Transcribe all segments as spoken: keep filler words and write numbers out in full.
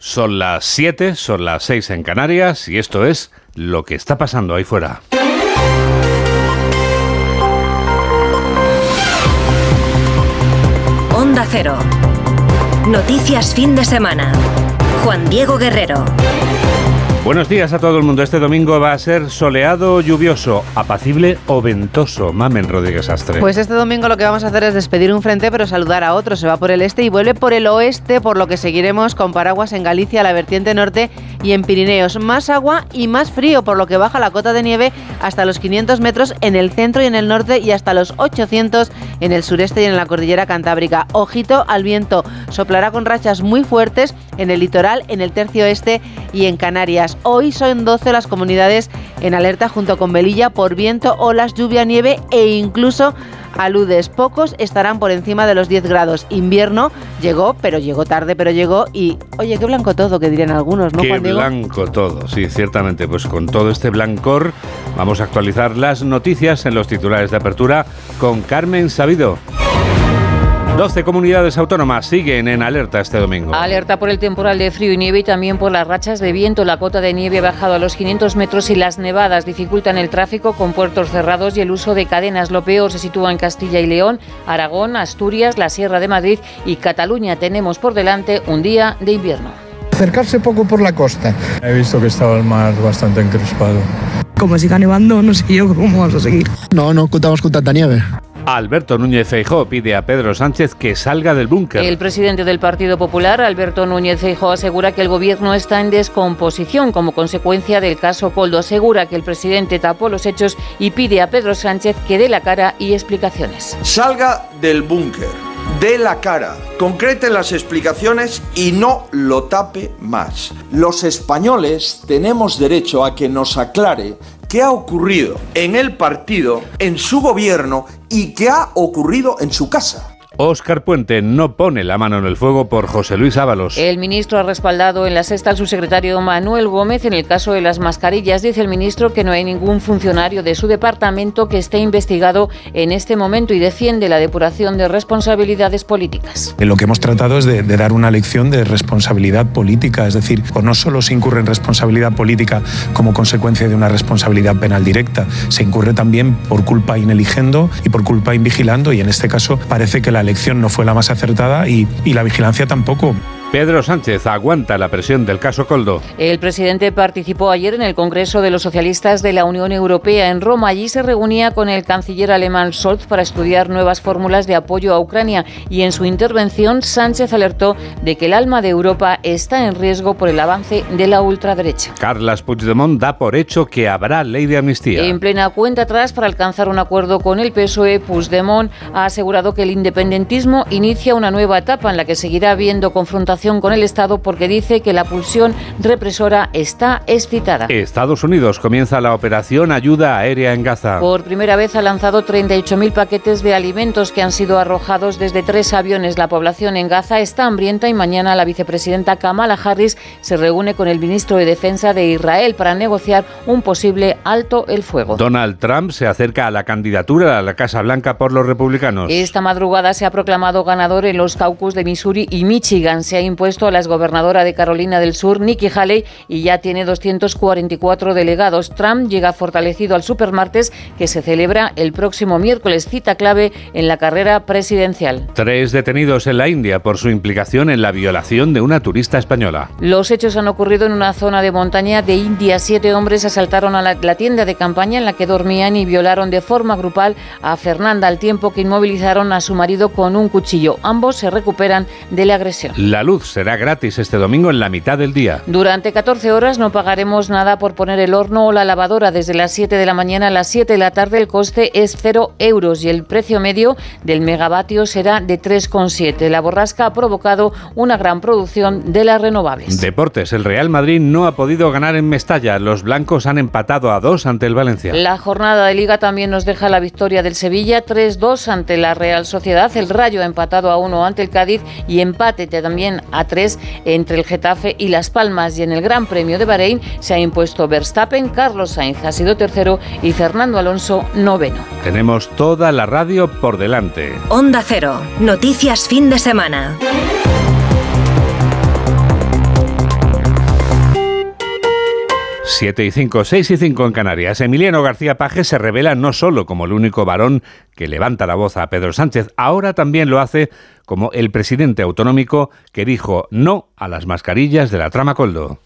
Son las siete, son las seis en Canarias y esto es lo que está pasando ahí fuera. Onda Cero. Noticias fin de semana. Juan Diego Guerrero. Buenos días a todo el mundo. Este domingo va a ser soleado o lluvioso, apacible o ventoso. Mamen Rodríguez Astre. Pues este domingo lo que vamos a hacer es despedir un frente, pero saludar a otro. Se va por el este y vuelve por el oeste, por lo que seguiremos con paraguas en Galicia, la vertiente norte y en Pirineos. Más agua y más frío, por lo que baja la cota de nieve hasta los quinientos metros en el centro y en el norte y hasta los ochocientos en el sureste y en la cordillera cantábrica. Ojito al viento. Soplará con rachas muy fuertes en el litoral, en el tercio este y en Canarias. Hoy son doce las comunidades en alerta junto con Melilla por viento, olas, lluvia, nieve e incluso aludes. Pocos estarán por encima de los diez grados. Invierno llegó, pero llegó tarde, pero llegó y, oye, qué blanco todo, que dirían algunos, ¿no, Qué Juan Diego? blanco todo, sí, ciertamente. Pues con todo este blancor vamos a actualizar las noticias en los titulares de apertura con Carmen Sabido. doce comunidades autónomas siguen en alerta este domingo. Alerta por el temporal de frío y nieve y también por las rachas de viento. La cota de nieve ha bajado a los quinientos metros y las nevadas dificultan el tráfico con puertos cerrados y el uso de cadenas. Lo peor se sitúa en Castilla y León, Aragón, Asturias, la Sierra de Madrid y Cataluña. Tenemos por delante un día de invierno. Acercarse poco por la costa. He visto que estaba el mar bastante encrespado. Como siga nevando, no sé yo cómo vamos a seguir. No, no contamos con tanta nieve. Alberto Núñez Feijóo pide a Pedro Sánchez que salga del búnker. El presidente del Partido Popular, Alberto Núñez Feijóo, asegura que el gobierno está en descomposición como consecuencia del caso Koldo. Asegura que el presidente tapó los hechos y pide a Pedro Sánchez que dé la cara y explicaciones. Salga del búnker, dé la cara, concrete las explicaciones y no lo tape más. Los españoles tenemos derecho a que nos aclare qué ha ocurrido en el partido, en su gobierno y qué ha ocurrido en su casa. Óscar Puente no pone la mano en el fuego por José Luis Ábalos. El ministro ha respaldado en la Sexta al subsecretario Manuel Gómez en el caso de las mascarillas. Dice el ministro que no hay ningún funcionario de su departamento que esté investigado en este momento y defiende la depuración de responsabilidades políticas. Lo que hemos tratado es de, de dar una lección de responsabilidad política, es decir, pues no solo se incurre en responsabilidad política como consecuencia de una responsabilidad penal directa, se incurre también por culpa ineligendo y por culpa invigilando, y en este caso parece que la elección no fue la más acertada y, y la vigilancia tampoco. Pedro Sánchez aguanta la presión del caso Koldo. El presidente participó ayer en el Congreso de los Socialistas de la Unión Europea en Roma. Allí se reunía con el canciller alemán Scholz para estudiar nuevas fórmulas de apoyo a Ucrania y en su intervención Sánchez alertó de que el alma de Europa está en riesgo por el avance de la ultraderecha. Carles Puigdemont da por hecho que habrá ley de amnistía. En plena cuenta atrás para alcanzar un acuerdo con el P S O E, Puigdemont ha asegurado que el independentismo inicia una nueva etapa en la que seguirá habiendo confrontación con el Estado porque dice que la pulsión represora está excitada. Estados Unidos comienza la operación Ayuda Aérea en Gaza. Por primera vez ha lanzado treinta y ocho mil paquetes de alimentos que han sido arrojados desde tres aviones. La población en Gaza está hambrienta y mañana la vicepresidenta Kamala Harris se reúne con el ministro de Defensa de Israel para negociar un posible alto el fuego. Donald Trump se acerca a la candidatura a la Casa Blanca por los republicanos. Esta madrugada se ha proclamado ganador en los caucus de Missouri y Michigan. Se ha impuesto a la exgobernadora de Carolina del Sur, Nikki Haley, y ya tiene doscientos cuarenta y cuatro delegados. Trump llega fortalecido al supermartes que se celebra el próximo miércoles, cita clave en la carrera presidencial. Tres detenidos en la India por su implicación en la violación de una turista española. Los hechos han ocurrido en una zona de montaña de India. Siete hombres asaltaron a la, la tienda de campaña en la que dormían y violaron de forma grupal a Fernanda, al tiempo que inmovilizaron a su marido con un cuchillo. Ambos se recuperan de la agresión. La luz será gratis este domingo en la mitad del día. Durante catorce horas no pagaremos nada por poner el horno o la lavadora. Desde las siete de la mañana a las siete de la tarde el coste es cero euros y el precio medio del megavatio será de tres coma siete. La borrasca ha provocado una gran producción de las renovables. Deportes. El Real Madrid no ha podido ganar en Mestalla. Los blancos han empatado a dos ante el Valencia. La jornada de Liga también nos deja la victoria del Sevilla tres dos ante la Real Sociedad. El Rayo ha empatado a uno ante el Cádiz y empate también a tres entre el Getafe y Las Palmas. Y en el Gran Premio de Bahrein se ha impuesto Verstappen, Carlos Sainz ha sido tercero y Fernando Alonso noveno. Tenemos toda la radio por delante. Onda Cero. Noticias fin de semana. siete y cinco, seis y cinco en Canarias. Emiliano García Paje se revela no solo como el único varón que levanta la voz a Pedro Sánchez, ahora también lo hace como el presidente autonómico que dijo no a las mascarillas de la trama Koldo.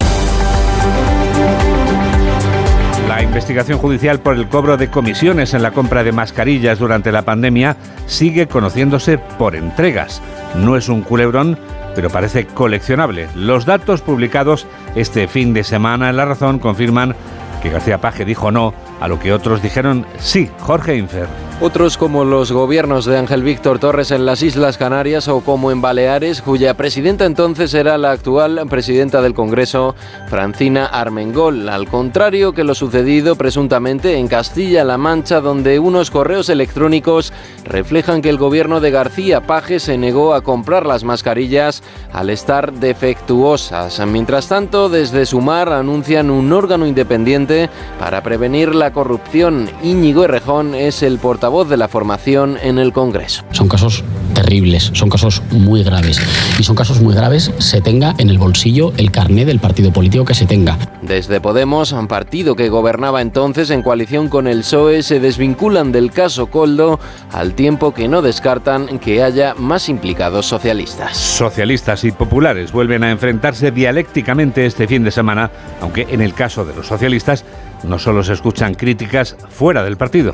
La investigación judicial por el cobro de comisiones en la compra de mascarillas durante la pandemia sigue conociéndose por entregas. No es un culebrón, pero parece coleccionable. Los datos publicados este fin de semana en La Razón confirman que García Paje dijo no a lo que otros dijeron sí. Jorge Infer. Otros, como los gobiernos de Ángel Víctor Torres en las Islas Canarias o como en Baleares, cuya presidenta entonces era la actual presidenta del Congreso, Francina Armengol, al contrario que lo sucedido presuntamente en Castilla-La Mancha, donde unos correos electrónicos reflejan que el gobierno de García Paje se negó a comprar las mascarillas al estar defectuosas. Mientras tanto, desde Sumar anuncian un órgano independiente para prevenir la corrupción. Íñigo Errejón es el portavoz voz de la formación en el Congreso. Son casos terribles, son casos muy graves y son casos muy graves se tenga en el bolsillo el carné del partido político que se tenga. Desde Podemos, un partido que gobernaba entonces en coalición con el P S O E, se desvinculan del caso Koldo al tiempo que no descartan que haya más implicados socialistas. Socialistas y populares vuelven a enfrentarse dialécticamente este fin de semana, aunque en el caso de los socialistas no solo se escuchan críticas fuera del partido.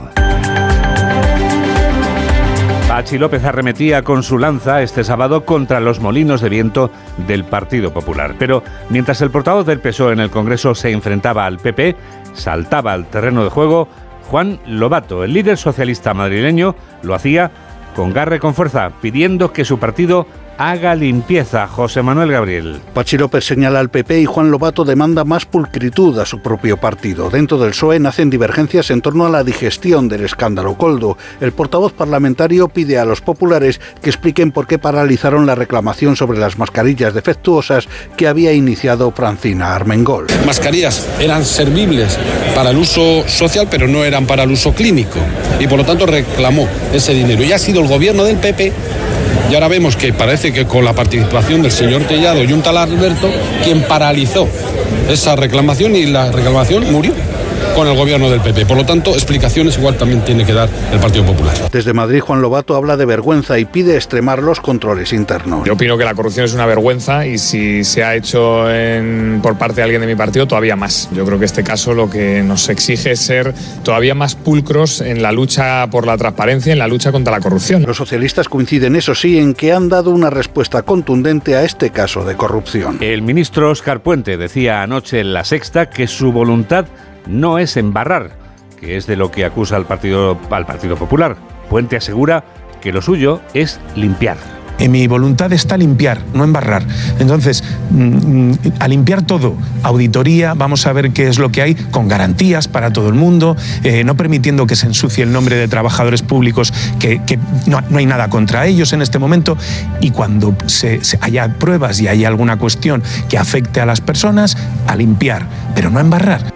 Patxi López arremetía con su lanza este sábado contra los molinos de viento del Partido Popular. Pero mientras el portavoz del P S O E en el Congreso se enfrentaba al P P, saltaba al terreno de juego Juan Lobato. El líder socialista madrileño lo hacía con garra y con fuerza, pidiendo que su partido haga limpieza. José Manuel Gabriel. Patxi López señala al P P y Juan Lobato demanda más pulcritud a su propio partido. Dentro del P S O E nacen divergencias en torno a la digestión del escándalo Koldo. El portavoz parlamentario pide a los populares que expliquen por qué paralizaron la reclamación sobre las mascarillas defectuosas que había iniciado Francina Armengol. Mascarillas eran servibles para el uso social, pero no eran para el uso clínico. Y por lo tanto reclamó ese dinero. Y ha sido el gobierno del P P. Y ahora vemos que parece que con la participación del señor Tellado y un tal Alberto, quien paralizó esa reclamación y la reclamación murió con el gobierno del P P. Por lo tanto, explicaciones igual también tiene que dar el Partido Popular. Desde Madrid, Juan Lobato habla de vergüenza y pide extremar los controles internos. Yo opino que la corrupción es una vergüenza y si se ha hecho en, por parte de alguien de mi partido, todavía más. Yo creo que este caso lo que nos exige es ser todavía más pulcros en la lucha por la transparencia, en la lucha contra la corrupción. Los socialistas coinciden, eso sí, en que han dado una respuesta contundente a este caso de corrupción. El ministro Óscar Puente decía anoche en La Sexta que su voluntad no es embarrar, que es de lo que acusa al Partido, al Partido Popular. Puente asegura que lo suyo es limpiar. En mi voluntad está limpiar, no embarrar. Entonces, mmm, a limpiar todo, auditoría, vamos a ver qué es lo que hay, con garantías para todo el mundo, eh, no permitiendo que se ensucie el nombre de trabajadores públicos, que, que no, no hay nada contra ellos en este momento, y cuando se, se haya pruebas y haya alguna cuestión que afecte a las personas, a limpiar, pero no a embarrar.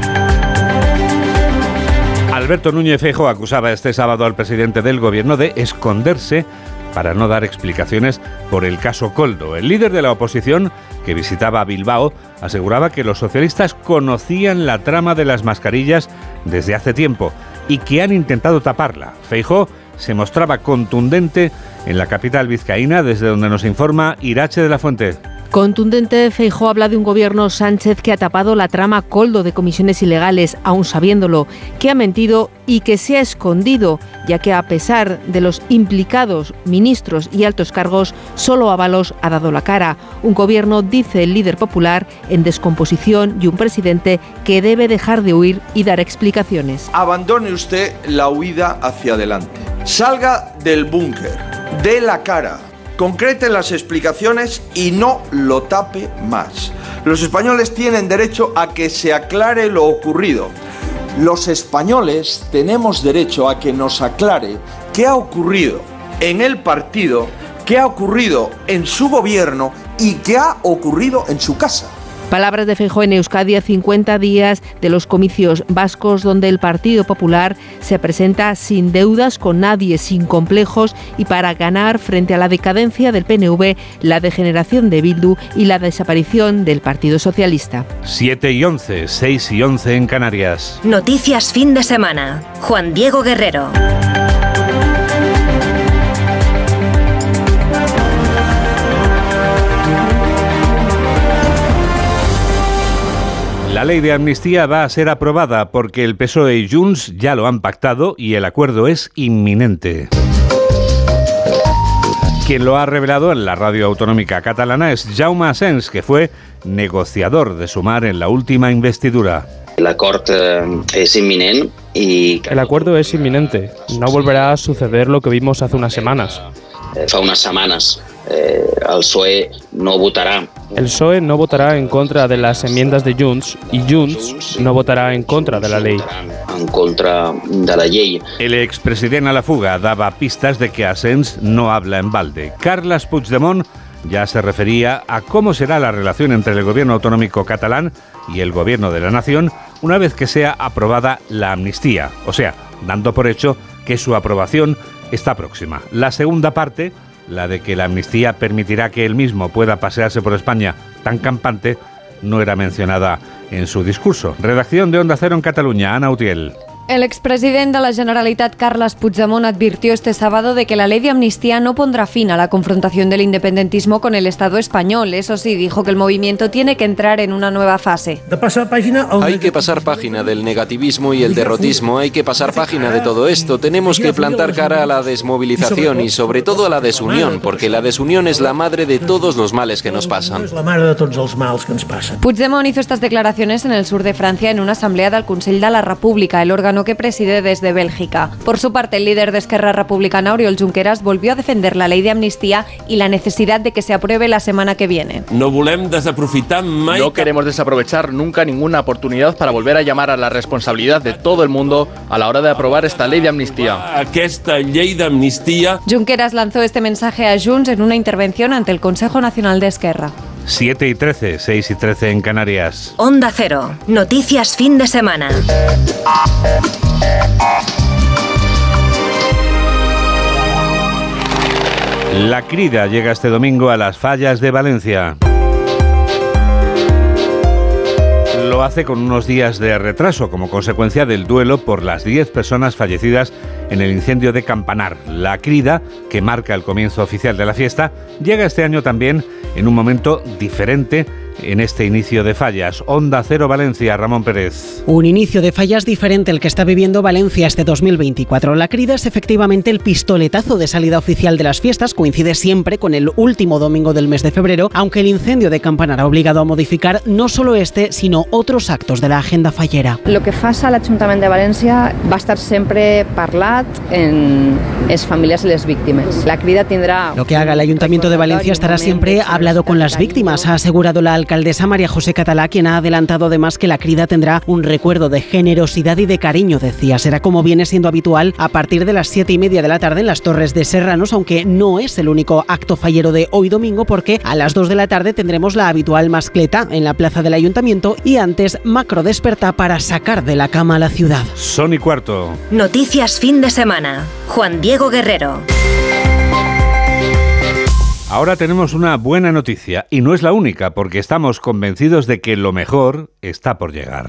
Alberto Núñez Feijóo acusaba este sábado al presidente del gobierno de esconderse para no dar explicaciones por el caso Koldo. El líder de la oposición, que visitaba Bilbao, aseguraba que los socialistas conocían la trama de las mascarillas desde hace tiempo y que han intentado taparla. Feijóo se mostraba contundente en la capital vizcaína, desde donde nos informa Irache de la Fuente. Contundente, Feijóo habla de un gobierno Sánchez que ha tapado la trama Koldo de comisiones ilegales, aún sabiéndolo, que ha mentido y que se ha escondido, ya que a pesar de los implicados ministros y altos cargos, solo Ábalos ha dado la cara. Un gobierno, dice el líder popular, en descomposición y un presidente que debe dejar de huir y dar explicaciones. Abandone usted la huida hacia adelante. Salga del búnker, dé la cara. Concrete las explicaciones y no lo tape más. Los españoles tienen derecho a que se aclare lo ocurrido. Los españoles tenemos derecho a que nos aclare qué ha ocurrido en el partido, qué ha ocurrido en su gobierno y qué ha ocurrido en su casa. Palabras de Feijóo en Euskadi a cincuenta días de los comicios vascos, donde el Partido Popular se presenta sin deudas con nadie, sin complejos y para ganar frente a la decadencia del P N V, la degeneración de Bildu y la desaparición del Partido Socialista. siete y once, seis y once en Canarias. Noticias fin de semana. Juan Diego Guerrero. La ley de amnistía va a ser aprobada porque el P S O E y Junts ya lo han pactado y el acuerdo es inminente. Quien lo ha revelado en la radio autonómica catalana es Jaume Asens, que fue negociador de Sumar en la última investidura. El acuerdo es inminente y... El acuerdo es inminente. No volverá a suceder lo que vimos hace unas semanas. Fa unas semanas eh, el P S O E no votará. El P S O E no votará en contra de las enmiendas de Junts y Junts no votará en contra de la ley. En contra de la ley. El expresidente a la fuga daba pistas de que Asens no habla en balde. Carles Puigdemont ya se refería a cómo será la relación entre el gobierno autonómico catalán y el gobierno de la nación una vez que sea aprobada la amnistía, o sea, dando por hecho que su aprobación está próxima. La segunda parte, la de que la amnistía permitirá que él mismo pueda pasearse por España tan campante, no era mencionada en su discurso. Redacción de Onda Cero en Cataluña, Ana Utiel. El expresidente de la Generalitat, Carles Puigdemont, advirtió este sábado de que la ley de amnistía no pondrá fin a la confrontación del independentismo con el Estado español. Eso sí, dijo que el movimiento tiene que entrar en una nueva fase. Hay que pasar página del negativismo y el derrotismo, hay que pasar página de todo esto. Tenemos que plantar cara a la desmovilización y sobre todo a la desunión, porque la desunión es la madre de todos los males que nos pasan. Puigdemont hizo estas declaraciones en el sur de Francia en una asamblea del Consell de la República, el órgano que preside desde Bélgica. Por su parte, el líder de Esquerra Republicana, Oriol Junqueras, volvió a defender la ley de amnistía y la necesidad de que se apruebe la semana que viene. No volem desaprofitar mai... No queremos desaprovechar nunca ninguna oportunidad para volver a llamar a la responsabilidad de todo el mundo a la hora de aprobar esta ley de amnistía. Aquesta llei d'amnistia. Junqueras lanzó este mensaje a Junts en una intervención ante el Consejo Nacional de Esquerra. siete y trece, seis y trece en Canarias. Onda Cero. Noticias fin de semana. La Crida llega este domingo a las Fallas de Valencia. Lo hace con unos días de retraso como consecuencia del duelo por las diez personas fallecidas en el incendio de Campanar. La Crida, que marca el comienzo oficial de la fiesta, llega este año también en un momento diferente en este inicio de fallas. Onda Cero Valencia, Ramón Pérez. Un inicio de fallas diferente el que está viviendo Valencia este dos mil veinticuatro. La Crida es efectivamente el pistoletazo de salida oficial de las fiestas, coincide siempre con el último domingo del mes de febrero, aunque el incendio de Campanar ha obligado a modificar no solo este, sino otros actos de la agenda fallera. Lo que faça l'Ajuntament de València va estar sempre parlat en les famílies y les víctimas. La Crida tendrá... Lo que haga el Ayuntamiento de Valencia estará siempre hablado con las víctimas, ha asegurado la alcaldesa María José Catalá, quien ha adelantado además que la Crida tendrá un recuerdo de generosidad y de cariño, decía. Será como viene siendo habitual a partir de las siete y media de la tarde en las Torres de Serranos, aunque no es el único acto fallero de hoy domingo, porque a las dos de la tarde tendremos la habitual mascleta en la plaza del Ayuntamiento y antes macro despertar para sacar de la cama a la ciudad. Son y cuarto. Noticias fin de semana. Juan Diego Guerrero. Ahora tenemos una buena noticia, y no es la única, porque estamos convencidos de que lo mejor está por llegar.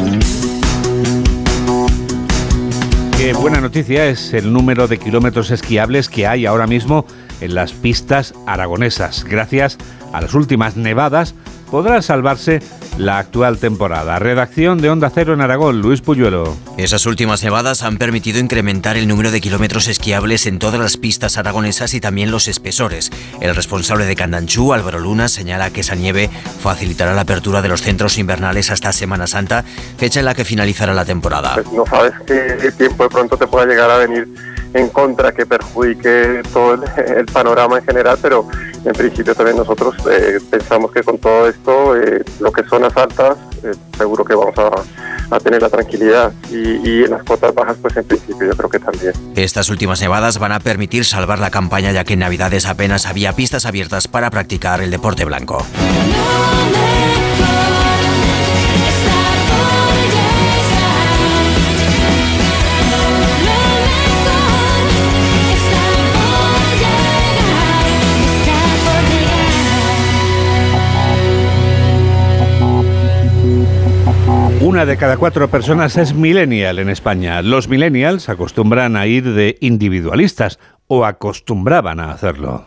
Qué buena noticia es el número de kilómetros esquiables que hay ahora mismo en las pistas aragonesas. Gracias a las últimas nevadas podrá salvarse la actual temporada. Redacción de Onda Cero en Aragón, Luis Puyuelo. Esas últimas nevadas han permitido incrementar el número de kilómetros esquiables en todas las pistas aragonesas y también los espesores. El responsable de Candanchú, Álvaro Luna, señala que esa nieve facilitará la apertura de los centros invernales hasta Semana Santa, fecha en la que finalizará la temporada. Pues no sabes que el tiempo de pronto te pueda llegar a venir en contra, que perjudique todo el, el panorama en general, pero en principio también nosotros eh, pensamos que con todo esto, eh, lo que zonas altas, eh, seguro que vamos a, a tener la tranquilidad y, y en las cotas bajas, pues en principio yo creo que también. Estas últimas nevadas van a permitir salvar la campaña, ya que en Navidades apenas había pistas abiertas para practicar el deporte blanco. Una de cada cuatro personas es millennial en España. Los millennials acostumbran a ir de individualistas o acostumbraban a hacerlo.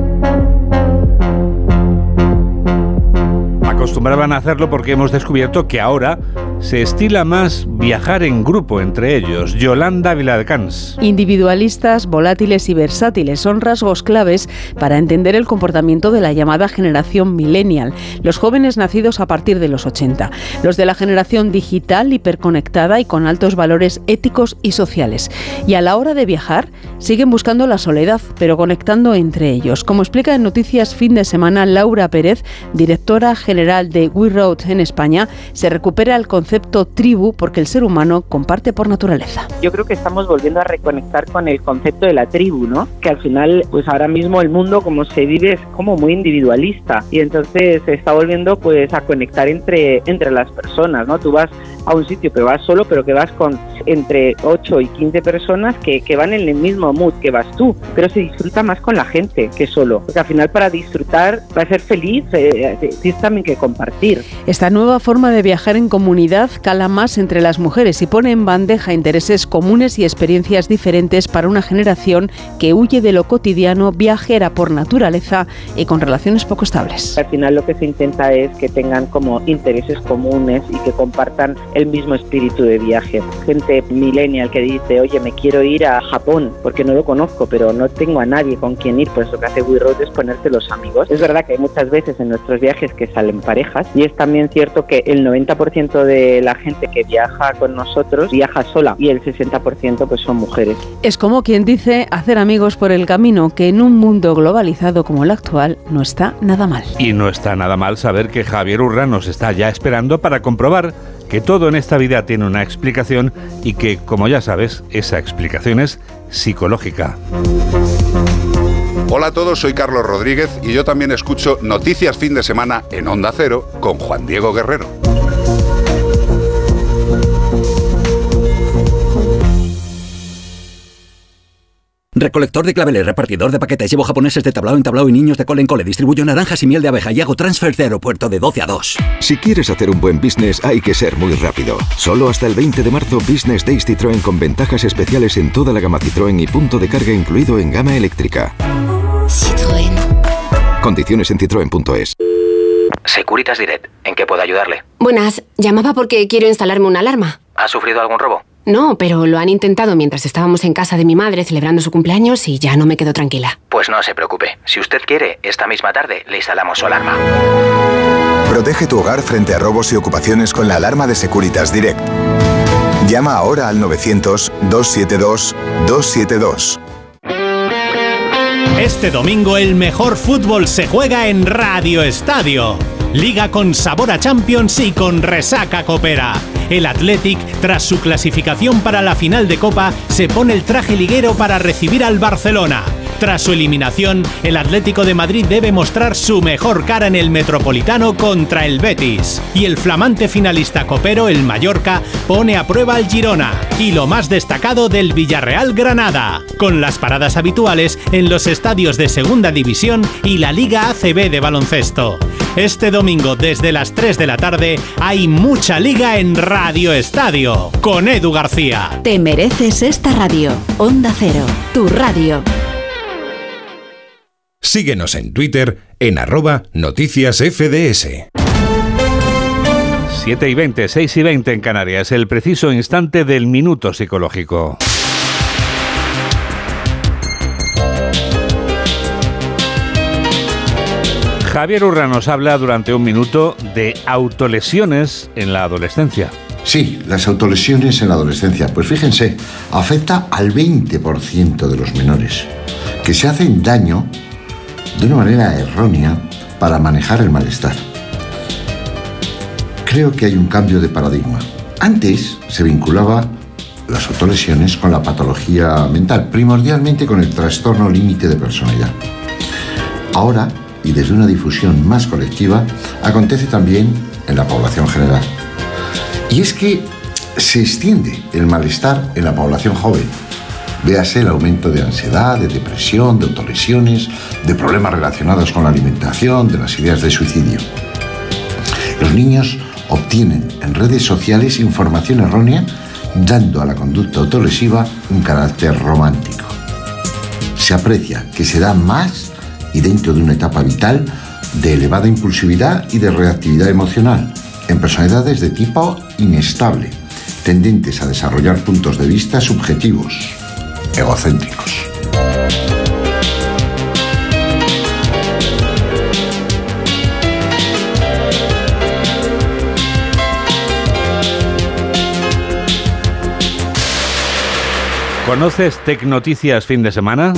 Acostumbraban a hacerlo porque hemos descubierto que ahora se estila más viajar en grupo entre ellos. Yolanda Viladecans. Individualistas, volátiles y versátiles son rasgos claves para entender el comportamiento de la llamada generación millennial, los jóvenes nacidos a partir de los ochenta, los de la generación digital, hiperconectada y con altos valores éticos y sociales. Y a la hora de viajar, siguen buscando la soledad, pero conectando entre ellos. Como explica en Noticias Fin de Semana Laura Pérez, directora general de We Road en España, se recupera el concepto tribu porque el ser humano comparte por naturaleza. Yo creo que estamos volviendo a reconectar con el concepto de la tribu, ¿no? Que al final, pues ahora mismo el mundo como se vive es como muy individualista y entonces se está volviendo pues a conectar entre, entre las personas, ¿no? Tú vas a un sitio que vas solo, pero que vas con entre ocho y quince personas que, que van en el mismo mood que vas tú, pero se disfruta más con la gente que solo, porque al final para disfrutar, para ser feliz, eh, tienes también que compartir. Esta nueva forma de viajar en comunidad cala más entre las mujeres y pone en bandeja intereses comunes y experiencias diferentes para una generación que huye de lo cotidiano, viajera por naturaleza y con relaciones poco estables. Al final lo que se intenta es que tengan como intereses comunes y que compartan el mismo espíritu de viaje. Gente millennial que dice, oye, me quiero ir a Japón porque no lo conozco, pero no tengo a nadie con quien ir, pues lo que hace We Road es ponerte los amigos. Es verdad que hay muchas veces en nuestros viajes que salen parejas y es también cierto que el noventa por ciento de la gente que viaja con nosotros viaja sola y el sesenta por ciento pues son mujeres. Es como quien dice hacer amigos por el camino, que en un mundo globalizado como el actual no está nada mal. Y no está nada mal saber que Javier Urra nos está ya esperando para comprobar que todo en esta vida tiene una explicación y que, como ya sabes, esa explicación es psicológica. Hola a todos, soy Carlos Rodríguez y yo también escucho Noticias Fin de Semana en Onda Cero con Juan Diego Guerrero. Recolector de claveles, repartidor de paquetes, llevo japoneses de tablao en tablao y niños de cole en cole, distribuyo naranjas y miel de abeja y hago transfer de aeropuerto de doce a dos. Si quieres hacer un buen business hay que ser muy rápido. Solo hasta el veinte de marzo Business Days Citroën con ventajas especiales en toda la gama Citroën y punto de carga incluido en gama eléctrica. Citroën. Condiciones en citroen punto es. Securitas Direct, ¿en qué puedo ayudarle? Buenas, llamaba porque quiero instalarme una alarma. ¿Ha sufrido algún robo? No, pero lo han intentado mientras estábamos en casa de mi madre celebrando su cumpleaños y ya no me quedo tranquila. Pues no se preocupe. Si usted quiere, esta misma tarde le instalamos su alarma. Protege tu hogar frente a robos y ocupaciones con la alarma de Securitas Direct. Llama ahora al novecientos, doscientos setenta y dos, doscientos setenta y dos. Este domingo el mejor fútbol se juega en Radio Estadio. Liga con sabor a Champions y con resaca copera. El Athletic, tras su clasificación para la final de Copa, se pone el traje liguero para recibir al Barcelona. Tras su eliminación, el Atlético de Madrid debe mostrar su mejor cara en el Metropolitano contra el Betis. Y el flamante finalista copero, el Mallorca, pone a prueba al Girona. Y lo más destacado del Villarreal Granada, con las paradas habituales en los estadios de Segunda División y la Liga A C B de baloncesto. Este domingo desde las tres de la tarde hay mucha liga en Radio Estadio con Edu García. Te mereces esta radio. Onda Cero, tu radio. Síguenos en Twitter en arroba noticias F D S. siete y veinte, seis y veinte en Canarias, el preciso instante del minuto psicológico. Javier Urra nos habla durante un minuto de autolesiones en la adolescencia. Sí, las autolesiones en la adolescencia. Pues fíjense, afecta al veinte por ciento de los menores, que se hacen daño de una manera errónea para manejar el malestar. Creo que hay un cambio de paradigma. Antes se vinculaba las autolesiones con la patología mental, primordialmente con el trastorno límite de personalidad. Ahora, y desde una difusión más colectiva, acontece también en la población general. Y es que se extiende el malestar en la población joven. Véase el aumento de ansiedad, de depresión, de autolesiones, de problemas relacionados con la alimentación, de las ideas de suicidio. Los niños obtienen en redes sociales información errónea, dando a la conducta autolesiva un carácter romántico. Se aprecia que se da más y dentro de una etapa vital de elevada impulsividad y de reactividad emocional, en personalidades de tipo inestable, tendentes a desarrollar puntos de vista subjetivos, egocéntricos. ¿Conoces Tecnoticias fin de semana?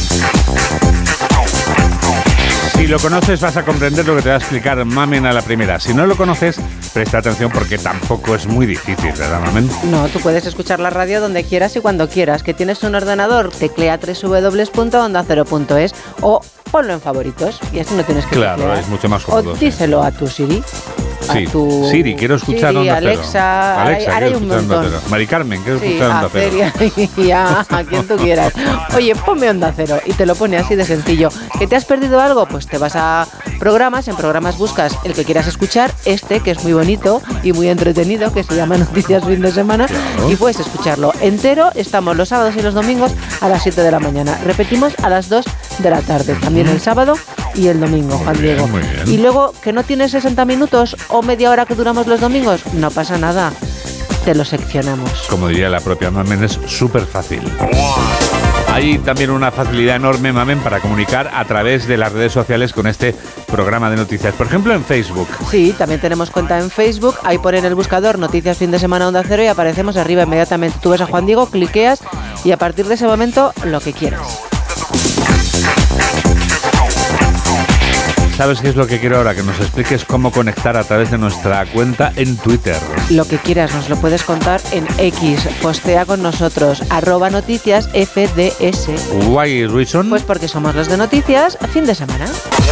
Si lo conoces vas a comprender lo que te va a explicar Mamen a la primera. Si no lo conoces, presta atención porque tampoco es muy difícil, ¿verdad, Mamen? No, tú puedes escuchar la radio donde quieras y cuando quieras. ¿Que tienes un ordenador? Teclea doble u doble u doble u punto onda cero punto es o ponlo en favoritos y así no tienes que Claro, teclear. es mucho más cómodo. O díselo a tu Siri. Sí, a tu Siri, quiero escuchar Siri, Onda Cero. Alexa, Alexa, ahora hay un escuchar Onda montón. Cero. Mari Carmen, quiero Sí, escuchar Onda a Cero. Celia y a, a quien tú quieras. Oye, ponme Onda Cero y te lo pone así de sencillo. ¿Que te has perdido algo? Pues te vas a programas, en programas buscas el que quieras escuchar, este que es muy bonito y muy entretenido, que se llama Noticias Fin de Semana, claro. Y puedes escucharlo entero. Estamos los sábados y los domingos a las siete de la mañana. Repetimos a las dos de la tarde, también el sábado y el domingo, Juan Muy bien, Diego. muy bien. Y luego, que no tienes sesenta minutos o media hora que duramos los domingos, no pasa nada, te lo seccionamos. Como diría la propia Mamen, es súper fácil. Hay también una facilidad enorme, Mamen, para comunicar a través de las redes sociales con este programa de noticias. Por ejemplo, en Facebook. Sí, también tenemos cuenta en Facebook. Ahí pon en el buscador Noticias Fin de Semana Onda Cero y aparecemos arriba inmediatamente. Tú ves a Juan Diego, cliqueas y a partir de ese momento lo que quieras. ¿Sabes qué es lo que quiero ahora? Que nos expliques cómo conectar a través de nuestra cuenta en Twitter. Lo que quieras, nos lo puedes contar en X. Postea con nosotros, arroba noticias F D S. Why reason? Pues porque somos los de Noticias Fin de Semana.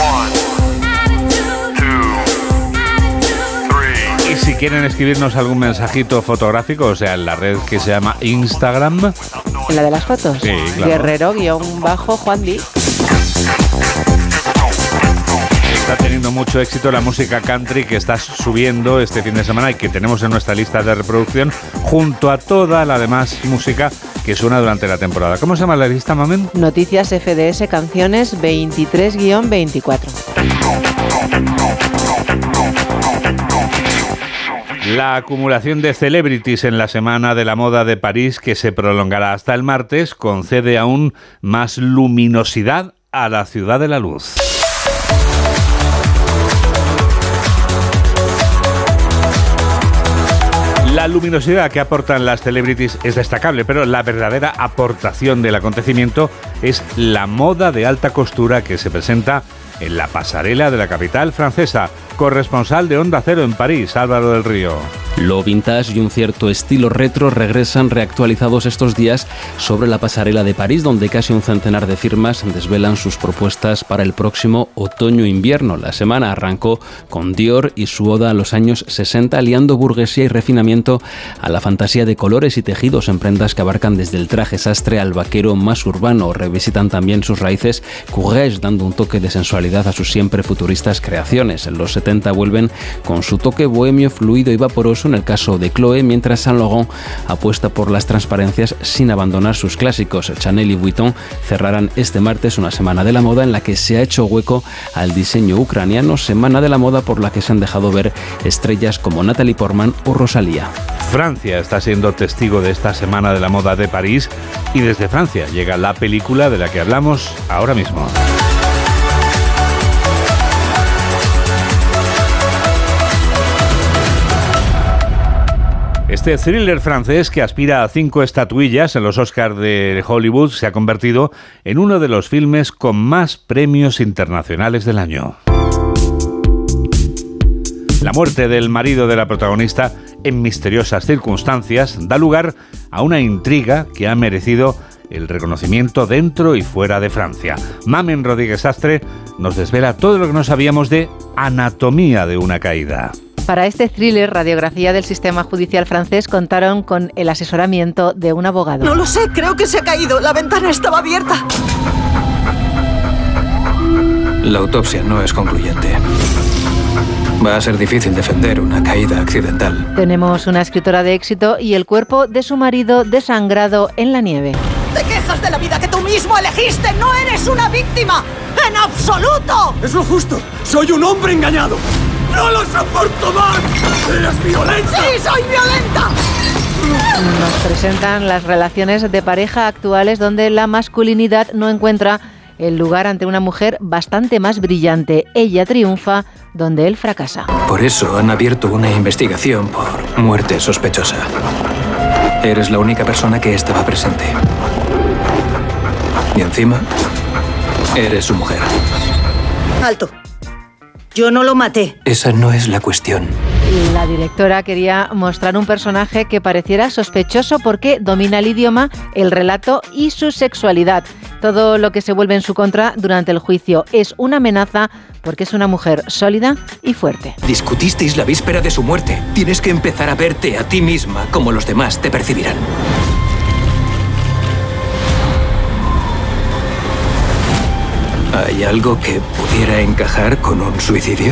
Y si quieren escribirnos algún mensajito fotográfico, o sea, en la red que se llama Instagram. ¿En la de las fotos? Sí, claro. Guerrero-Juan-Di. Está teniendo mucho éxito la música country que estás subiendo este fin de semana y que tenemos en nuestra lista de reproducción junto a toda la demás música que suena durante la temporada. ¿Cómo se llama la lista, Mamen? Noticias F D S Canciones veintitrés guión veinticuatro. La acumulación de celebrities en la Semana de la Moda de París, que se prolongará hasta el martes, concede aún más luminosidad a la ciudad de la luz. La luminosidad que aportan las celebrities es destacable, pero la verdadera aportación del acontecimiento es la moda de alta costura que se presenta en la pasarela de la capital francesa. Corresponsal de Onda Cero en París, Álvaro del Río. Lo vintage y un cierto estilo retro regresan reactualizados estos días sobre la pasarela de París, donde casi un centenar de firmas desvelan sus propuestas para el próximo otoño-invierno. La semana arrancó con Dior y su oda a los años sesenta, liando burguesía y refinamiento a la fantasía de colores y tejidos en prendas que abarcan desde el traje sastre al vaquero más urbano. Revisitan también sus raíces courage, dando un toque de sensualidad a sus siempre futuristas creaciones. En los setenta vuelven con su toque bohemio, fluido y vaporoso en el caso de Chloé, mientras Saint Laurent apuesta por las transparencias sin abandonar sus clásicos. Chanel y Vuitton cerrarán este martes una semana de la moda en la que se ha hecho hueco al diseño ucraniano, semana de la moda por la que se han dejado ver estrellas como Natalie Portman o Rosalía. Francia está siendo testigo de esta Semana de la Moda de París y desde Francia llega la película de la que hablamos ahora mismo. Este thriller francés, que aspira a cinco estatuillas en los Oscars de Hollywood, se ha convertido en uno de los filmes con más premios internacionales del año. La muerte del marido de la protagonista en misteriosas circunstancias da lugar a una intriga que ha merecido el reconocimiento dentro y fuera de Francia. Mamen Rodríguez Astre nos desvela todo lo que no sabíamos de Anatomía de una caída. Para este thriller, Radiografía del Sistema Judicial Francés, contaron con el asesoramiento de un abogado. No lo sé, creo que se ha caído. La ventana estaba abierta. La autopsia no es concluyente. Va a ser difícil defender una caída accidental. Tenemos una escritora de éxito y el cuerpo de su marido desangrado en la nieve. Te quejas de la vida que tú mismo elegiste. ¡No eres una víctima! ¡En absoluto! Es lo justo. Soy un hombre engañado. ¡No lo soporto más! ¡Eres violenta! ¡Sí, soy violenta! Nos presentan las relaciones de pareja actuales donde la masculinidad no encuentra el lugar ante una mujer bastante más brillante. Ella triunfa donde él fracasa. Por eso han abierto una investigación por muerte sospechosa. Eres la única persona que estaba presente. Y encima, eres su mujer. Alto. Yo no lo maté. Esa no es la cuestión. La directora quería mostrar un personaje que pareciera sospechoso porque domina el idioma, el relato y su sexualidad. Todo lo que se vuelve en su contra durante el juicio es una amenaza porque es una mujer sólida y fuerte. Discutisteis la víspera de su muerte. Tienes que empezar a verte a ti misma como los demás te percibirán. ¿Hay algo que pudiera encajar con un suicidio?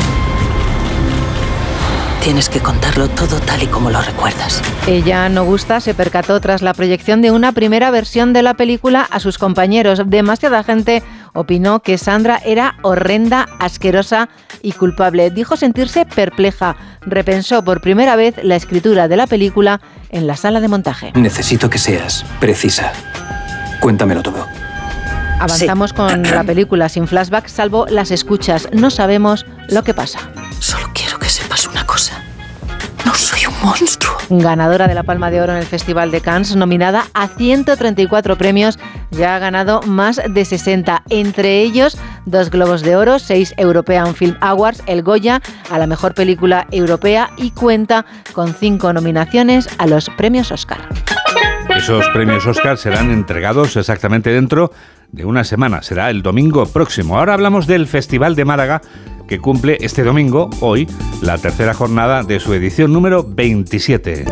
Tienes que contarlo todo tal y como lo recuerdas. Ella, no gusta, se percató tras la proyección de una primera versión de la película a sus compañeros. Demasiada gente opinó que Sandra era horrenda, asquerosa y culpable. Dijo sentirse perpleja. Repensó por primera vez la escritura de la película en la sala de montaje. Necesito que seas precisa. Cuéntamelo todo. Avanzamos sí. con la película sin flashback, salvo las escuchas. No sabemos lo que pasa. Solo quiero que sepas una cosa. No soy un monstruo. Ganadora de la Palma de Oro en el Festival de Cannes, nominada a ciento treinta y cuatro premios, ya ha ganado más de sesenta. Entre ellos, dos Globos de Oro, seis European Film Awards, el Goya a la mejor película europea y cuenta con cinco nominaciones a los premios Oscar. Esos premios Oscar serán entregados exactamente dentro de una semana. Será el domingo próximo. Ahora hablamos del Festival de Málaga, que cumple este domingo, hoy, la tercera jornada de su edición número veintisiete.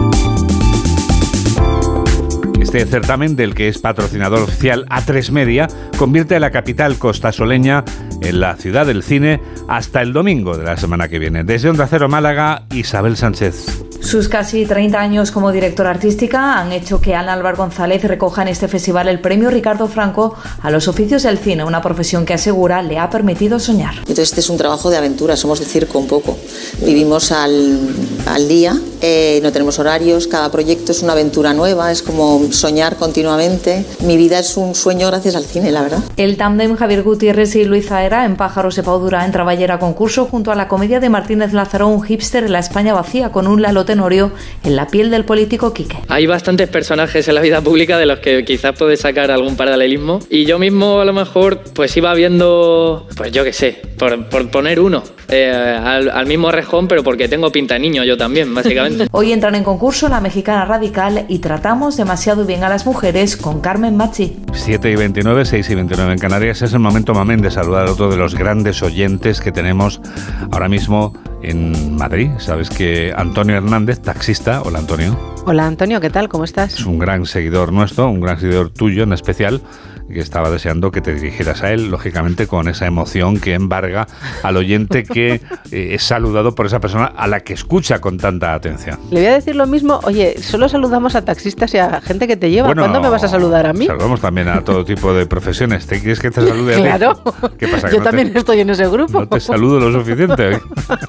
Este certamen, del que es patrocinador oficial A tres Media, convierte a la capital costasoleña en la ciudad del cine hasta el domingo de la semana que viene. Desde Onda Cero Málaga, Isabel Sánchez. Sus casi treinta años como directora artística han hecho que Ana Álvar González recoja en este festival el premio Ricardo Franco a los oficios del cine, una profesión que asegura le ha permitido soñar. Entonces este es un trabajo de aventura, somos de circo un poco. Vivimos al, al día, eh, no tenemos horarios, cada proyecto es una aventura nueva, es como soñar continuamente. Mi vida es un sueño gracias al cine, la verdad. El tándem Javier Gutiérrez y Luis Zaera en Pájaros de Pau Durá en Traballera concurso junto a la comedia de Martínez Lázaro, un hipster en la España vacía con un Lalo Tenorio en la piel del político Quique. Hay bastantes personajes en la vida pública de los que quizás puedes sacar algún paralelismo y yo mismo a lo mejor pues iba viendo, pues yo qué sé, por, por poner uno, eh, al, al mismo rejón, pero porque tengo pinta niño yo también, básicamente. Hoy entran en concurso La Mexicana Radical y Tratamos demasiado bien a las mujeres con Carmen Machi. siete y veintinueve, seis y veintinueve en Canarias. Es el momento, Mamén, de saludar a otro de los grandes oyentes que tenemos ahora mismo en Madrid. Sabes que Antonio Hernández, taxista. Hola, Antonio. Hola, Antonio, ¿qué tal? ¿Cómo estás? Es un gran seguidor nuestro, un gran seguidor tuyo en especial, que estaba deseando que te dirigieras a él, lógicamente con esa emoción que embarga al oyente que eh, es saludado por esa persona a la que escucha con tanta atención. Le voy a decir lo mismo, oye, solo saludamos a taxistas y a gente que te lleva. Bueno, ¿cuándo me vas a saludar a mí? Saludamos también a todo tipo de profesiones. ¿Te quieres que te salude a ti? Claro. ¿Qué pasa? Yo no también te, estoy en ese grupo. No te saludo lo suficiente.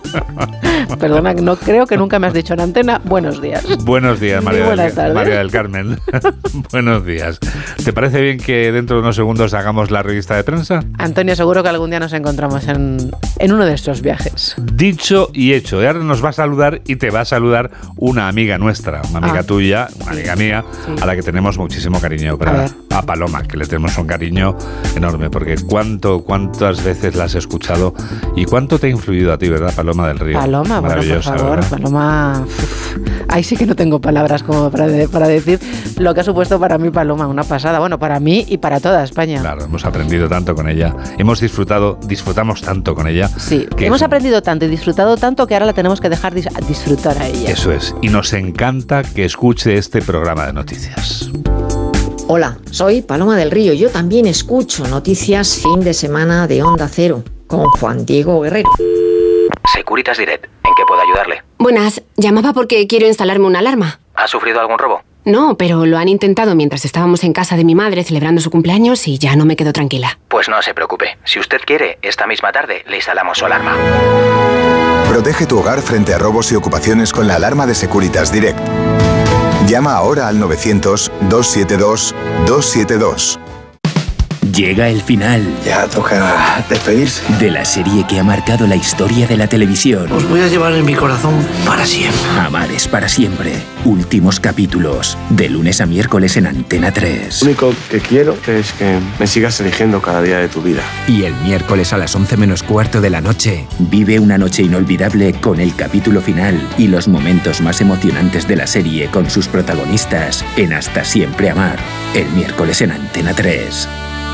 Perdona, no creo que nunca me has dicho en antena buenos días. Buenos días, María, buenas del, María del Carmen. Buenos días. ¿Te parece bien que dentro de unos segundos hagamos la revista de prensa? Antonio, seguro que algún día nos encontramos en, en uno de estos viajes. Dicho y hecho. Y ahora nos va a saludar y te va a saludar una amiga nuestra, una amiga ah, tuya, una sí, amiga mía, sí. a la que tenemos muchísimo cariño. Pero a, a Paloma, que le tenemos un cariño enorme, porque cuánto, cuántas veces la has escuchado y cuánto te ha influido a ti, ¿verdad, Paloma del Río? Paloma, bueno, por favor, ¿verdad? Paloma... Uf, ahí sí que no tengo palabras como para, de, para decir lo que ha supuesto para mí Paloma, una pasada. Bueno, para mí y para toda España. Claro, hemos aprendido tanto con ella, hemos disfrutado, disfrutamos tanto con ella. Sí, que hemos es... aprendido tanto y disfrutado tanto que ahora la tenemos que dejar dis- disfrutar a ella. Eso es, y nos encanta que escuche este programa de noticias. Hola, soy Paloma del Río. Yo también escucho Noticias Fin de Semana de Onda Cero con Juan Diego Guerrero. Securitas Direct. ¿En qué puedo ayudarle? Buenas, llamaba porque quiero instalarme una alarma. ¿Ha sufrido algún robo? No, pero lo han intentado mientras estábamos en casa de mi madre celebrando su cumpleaños y ya no me quedo tranquila. Pues no se preocupe. Si usted quiere, esta misma tarde le instalamos su alarma. Protege tu hogar frente a robos y ocupaciones con la alarma de Securitas Direct. Llama ahora al novecientos, doscientos setenta y dos, doscientos setenta y dos. Llega el final. Ya toca despedirse. De la serie que ha marcado la historia de la televisión. Os voy a llevar en mi corazón para siempre. Amar es para siempre. Últimos capítulos. De lunes a miércoles en Antena tres. Lo único que quiero es que me sigas eligiendo cada día de tu vida. Y el miércoles a las once menos cuarto de la noche. Vive una noche inolvidable con el capítulo final y los momentos más emocionantes de la serie con sus protagonistas en Hasta Siempre Amar. El miércoles en Antena tres.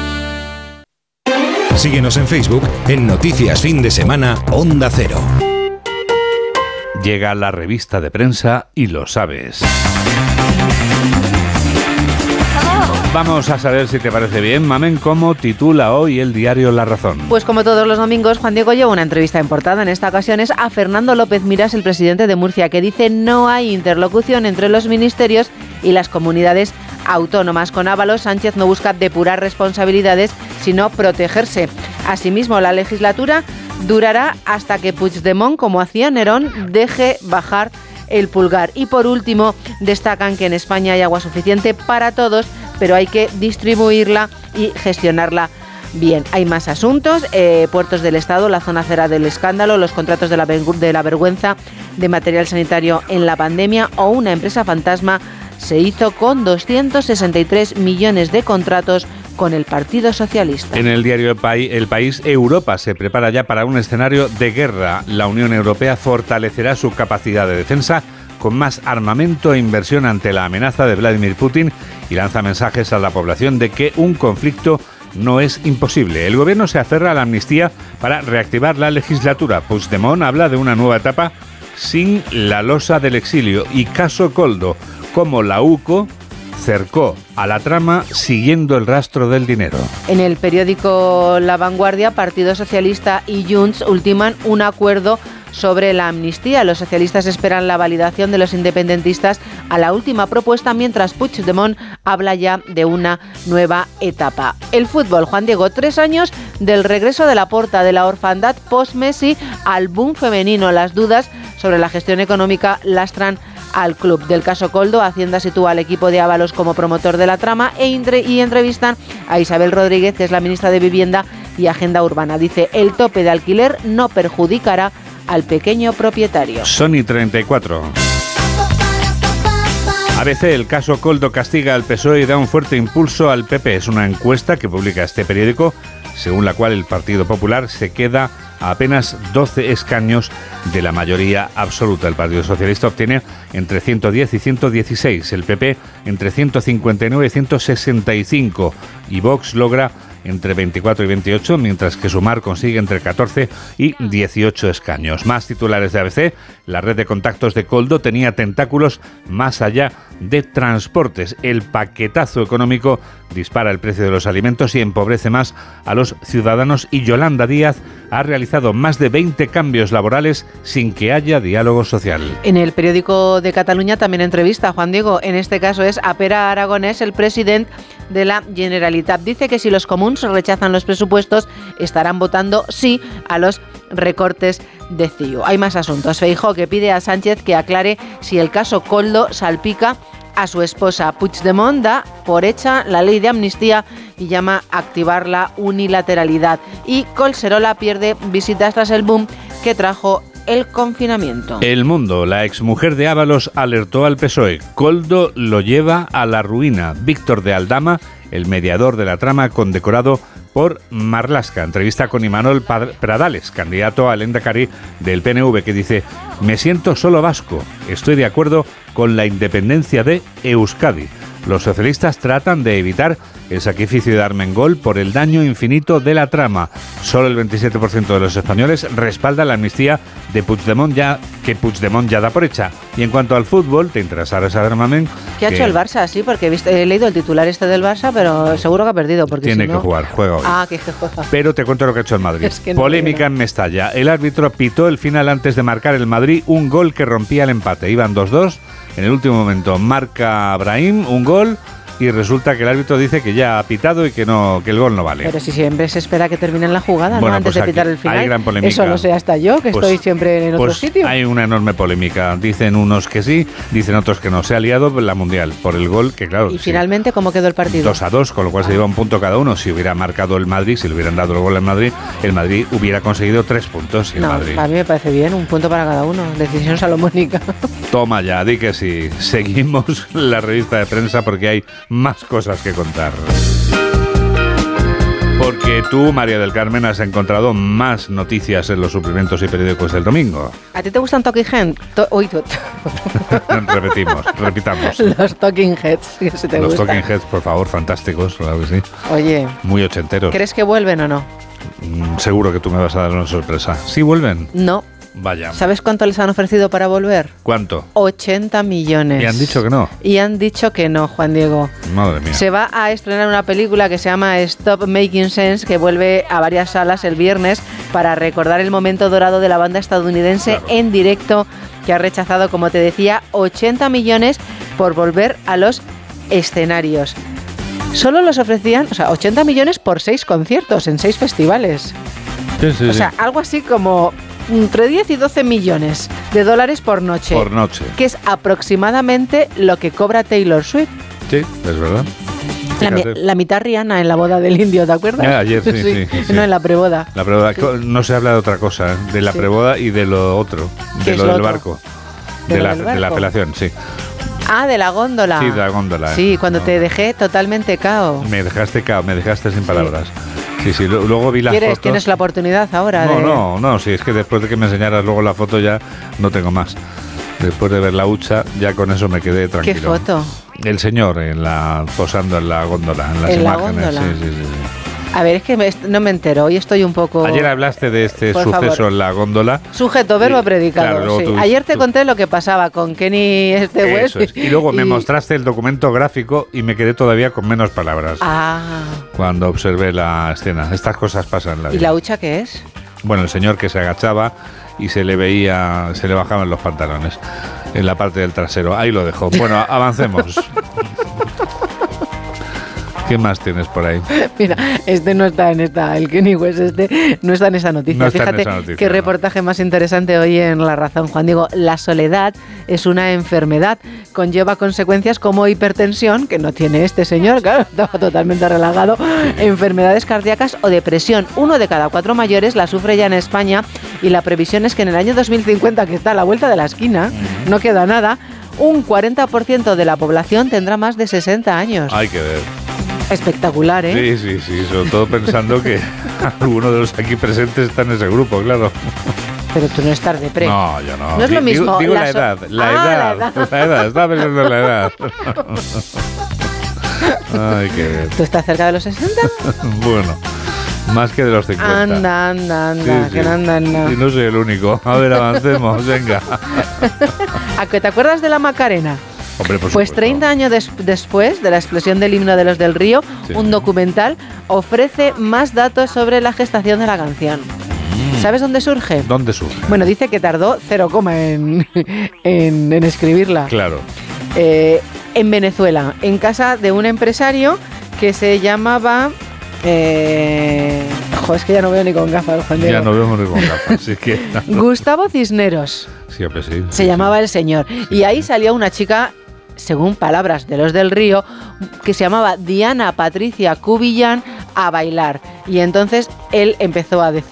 Síguenos en Facebook en Noticias Fin de Semana Onda Cero. Llega la revista de prensa y lo sabes. Vamos a saber si te parece bien, Mamen, cómo titula hoy el diario La Razón. Pues como todos los domingos, Juan Diego lleva una entrevista en portada. En esta ocasión es a Fernando López Miras, el presidente de Murcia, que dice no hay interlocución entre los ministerios y las comunidades autónomas. Con Ábalos, Sánchez no busca depurar responsabilidades, sino protegerse. Asimismo, la legislatura durará hasta que Puigdemont, como hacía Nerón, deje bajar el pulgar. Y por último, destacan que en España hay agua suficiente para todos, pero hay que distribuirla y gestionarla bien. Hay más asuntos, eh, puertos del Estado, la zona cera del escándalo, los contratos de la, de la vergüenza de material sanitario en la pandemia o una empresa fantasma se hizo con doscientos sesenta y tres millones de contratos con el Partido Socialista. En el diario El País, Europa se prepara ya para un escenario de guerra. La Unión Europea fortalecerá su capacidad de defensa con más armamento e inversión ante la amenaza de Vladimir Putin y lanza mensajes a la población de que un conflicto no es imposible. El gobierno se aferra a la amnistía para reactivar la legislatura. Puigdemont habla de una nueva etapa sin la losa del exilio y caso Koldo, como la U C O cercó a la trama siguiendo el rastro del dinero. En el periódico La Vanguardia, Partido Socialista y Junts ultiman un acuerdo sobre la amnistía. Los socialistas esperan la validación de los independentistas a la última propuesta, mientras Puigdemont habla ya de una nueva etapa. El fútbol, Juan Diego, tres años del regreso de Laporta, de la orfandad post-Messi al boom femenino. Las dudas sobre la gestión económica lastran al club. Del caso Koldo, Hacienda sitúa al equipo de Ábalos como promotor de la trama e entre, y entrevistan a Isabel Rodríguez, que es la ministra de Vivienda y Agenda Urbana. Dice, el tope de alquiler no perjudicará al pequeño propietario. Sony treinta y cuatro. A B C, el caso Koldo castiga al P S O E y da un fuerte impulso al P P. Es una encuesta que publica este periódico, según la cual el Partido Popular se queda a apenas doce escaños de la mayoría absoluta. El Partido Socialista obtiene entre ciento diez y ciento dieciséis, el P P entre ciento cincuenta y nueve y ciento sesenta y cinco y Vox logra entre veinticuatro y veintiocho, mientras que Sumar consigue entre catorce y dieciocho escaños. Más titulares de A B C, la red de contactos de Koldo tenía tentáculos más allá de transportes. El paquetazo económico dispara el precio de los alimentos y empobrece más a los ciudadanos, y Yolanda Díaz ha realizado más de veinte cambios laborales sin que haya diálogo social. En el periódico de Cataluña también entrevista a Juan Diego, en este caso es a Pere Aragonès, el presidente de la Generalitat. Dice que si los comuns rechazan los presupuestos, estarán votando sí a los recortes de C I U. Hay más asuntos. Feijóo, que pide a Sánchez que aclare si el caso Koldo salpica a su esposa. Puigdemont da por hecha la ley de amnistía y llama a activar la unilateralidad. Y Collserola pierde visitas tras el boom que trajo el confinamiento. El Mundo, la exmujer de Ábalos alertó al P S O E. Koldo lo lleva a la ruina. Víctor de Aldama, el mediador de la trama, condecorado por Marlaska. Entrevista con Imanol Pradales, candidato al Lehendakari del P N V, que dice: me siento solo vasco, estoy de acuerdo con la independencia de Euskadi. Los socialistas tratan de evitar el sacrificio de Armengol por el daño infinito de la trama. Solo el veintisiete por ciento de los españoles respalda la amnistía de Puigdemont, ya que Puigdemont ya da por hecha. Y en cuanto al fútbol, te interesará saber, Mamen, ¿qué ha hecho el Barça? Sí, porque he, visto, he leído el titular este del Barça, pero seguro que ha perdido. Porque tiene si no... que jugar, juega hoy. Ah, que juega. Pero te cuento lo que ha hecho el Madrid. Es que no Polémica en Mestalla. El árbitro pitó el final antes de marcar el Madrid un gol que rompía el empate. Iban dos dos. En el último momento marca Brahim un gol. Y resulta que el árbitro dice que ya ha pitado y que no que el gol no vale. Pero si siempre se espera que termine la jugada, bueno, ¿no? Antes pues de pitar el final. Hay gran polémica. Eso lo sé hasta yo, que pues, estoy siempre en otro pues sitio. Hay una enorme polémica. Dicen unos que sí, dicen otros que no. Se ha liado la Mundial por el gol que, claro... ¿Y sí, finalmente cómo quedó el partido? dos a dos, con lo cual se lleva un punto cada uno. Si hubiera marcado el Madrid, si le hubieran dado el gol al Madrid, el Madrid hubiera conseguido tres puntos. Y no, el Madrid. A mí me parece bien, un punto para cada uno. Decisión salomónica. Toma ya, di que sí. Seguimos la revista de prensa porque hay más cosas que contar. Porque tú, María del Carmen, has encontrado más noticias en los suplementos y periódicos del domingo. ¿A ti te gustan Talking Heads? To- Uy, to- Repetimos, repitamos. Los Talking Heads, que se te Los gustan. Talking Heads, por favor, fantásticos, claro que sí. Oye, muy ochenteros. ¿crees que vuelven o no? Mm, seguro que tú me vas a dar una sorpresa. ¿Sí vuelven? No. Vaya. ¿Sabes cuánto les han ofrecido para volver? ¿Cuánto? ochenta millones. Y han dicho que no. Y han dicho que no, Juan Diego. Madre mía. Se va a estrenar una película que se llama Stop Making Sense, que vuelve a varias salas el viernes para recordar el momento dorado de la banda estadounidense claro. en directo, que ha rechazado, como te decía, ochenta millones por volver a los escenarios. Solo los ofrecían, o sea, ochenta millones por seis conciertos en seis festivales. Sí, sí, o sea, sí. algo así como entre diez y doce millones de dólares por noche. Por noche. Que es aproximadamente lo que cobra Taylor Swift. Sí, es verdad. La, la mitad Rihanna en la boda del indio, ¿te acuerdas? Ah, ayer, sí, sí, sí, sí. No, en la preboda. La preboda. Sí. No se habla de otra cosa, de la sí. preboda y de lo otro, de lo, lo del otro? barco. De, de, la, del barco. De la apelación, sí. Ah, de la góndola. Sí, de la góndola. Sí, cuando no, te dejé totalmente cao. Me dejaste cao, me dejaste sin palabras. Sí, sí, sí luego vi las ¿Quieres? fotos. Tienes la oportunidad ahora No, de... no, no, sí, es que después de que me enseñaras luego la foto ya no tengo más. Después de ver la hucha, ya con eso me quedé tranquilo. ¿Qué foto? El señor en la posando en la góndola, en las ¿En imágenes. La góndola? Sí, sí, sí, sí. A ver, es que me, no me entero, hoy estoy un poco... Ayer hablaste de este Por suceso favor. en la góndola. Sujeto, verbo y, predicado, claro, sí. tú, Ayer te tú, conté lo que pasaba con Kenny este West. Es. Y luego y... me mostraste el documento gráfico y me quedé todavía con menos palabras. Ah. Cuando observé la escena. Estas cosas pasan en la vida. ¿Y la hucha qué es? Bueno, el señor que se agachaba y se le veía, se le bajaban los pantalones en la parte del trasero. Ahí lo dejo. Bueno, avancemos. ¿Qué más tienes por ahí? Mira, este no está en esta, el Kenny West este no está en esa noticia. No está Fíjate en esa noticia, qué no. reportaje más interesante hoy en La Razón, Juan Diego. La soledad es una enfermedad, conlleva consecuencias como hipertensión, que no tiene este señor, claro, estaba totalmente relajado, enfermedades cardíacas o depresión. Uno de cada cuatro mayores la sufre ya en España y la previsión es que en el año dos mil cincuenta, que está a la vuelta de la esquina, no queda nada, un cuarenta por ciento de la población tendrá más de sesenta años. Hay que ver. Espectacular, ¿eh? Sí, sí, sí, sobre todo pensando que alguno de los aquí presentes está en ese grupo, claro. Pero tú no estás de pre. No, yo no. No es lo mismo. Digo, digo la, la, so- edad, la, ah, edad, la edad, la edad, estaba pensando en la edad. Ay, qué bien. ¿Tú estás cerca de los sesenta? Bueno, más que de los cincuenta. Anda, anda, anda, Sí, sí. que no anda, anda. Y no soy el único. A ver, avancemos, venga. ¿A que te acuerdas de la Macarena? Hombre, por Pues supuesto. treinta años des- después de la explosión del himno de los del Río, Sí. un documental ofrece más datos sobre la gestación de la canción. ¿Sabes dónde surge? ¿Dónde surge? Bueno, dice que tardó cero coma en, en, en escribirla. Claro. Eh, en Venezuela, en casa de un empresario que se llamaba... Eh, jo, es que ya no veo ni con gafas, Juan Diego. Ya no vemos ni con gafas, así que... Gustavo Cisneros. Siempre sí. Se llamaba el señor. Y ahí salía una chica, según palabras de los del Río, que se llamaba Diana Patricia Cubillán, a bailar. Y entonces él empezó a decir,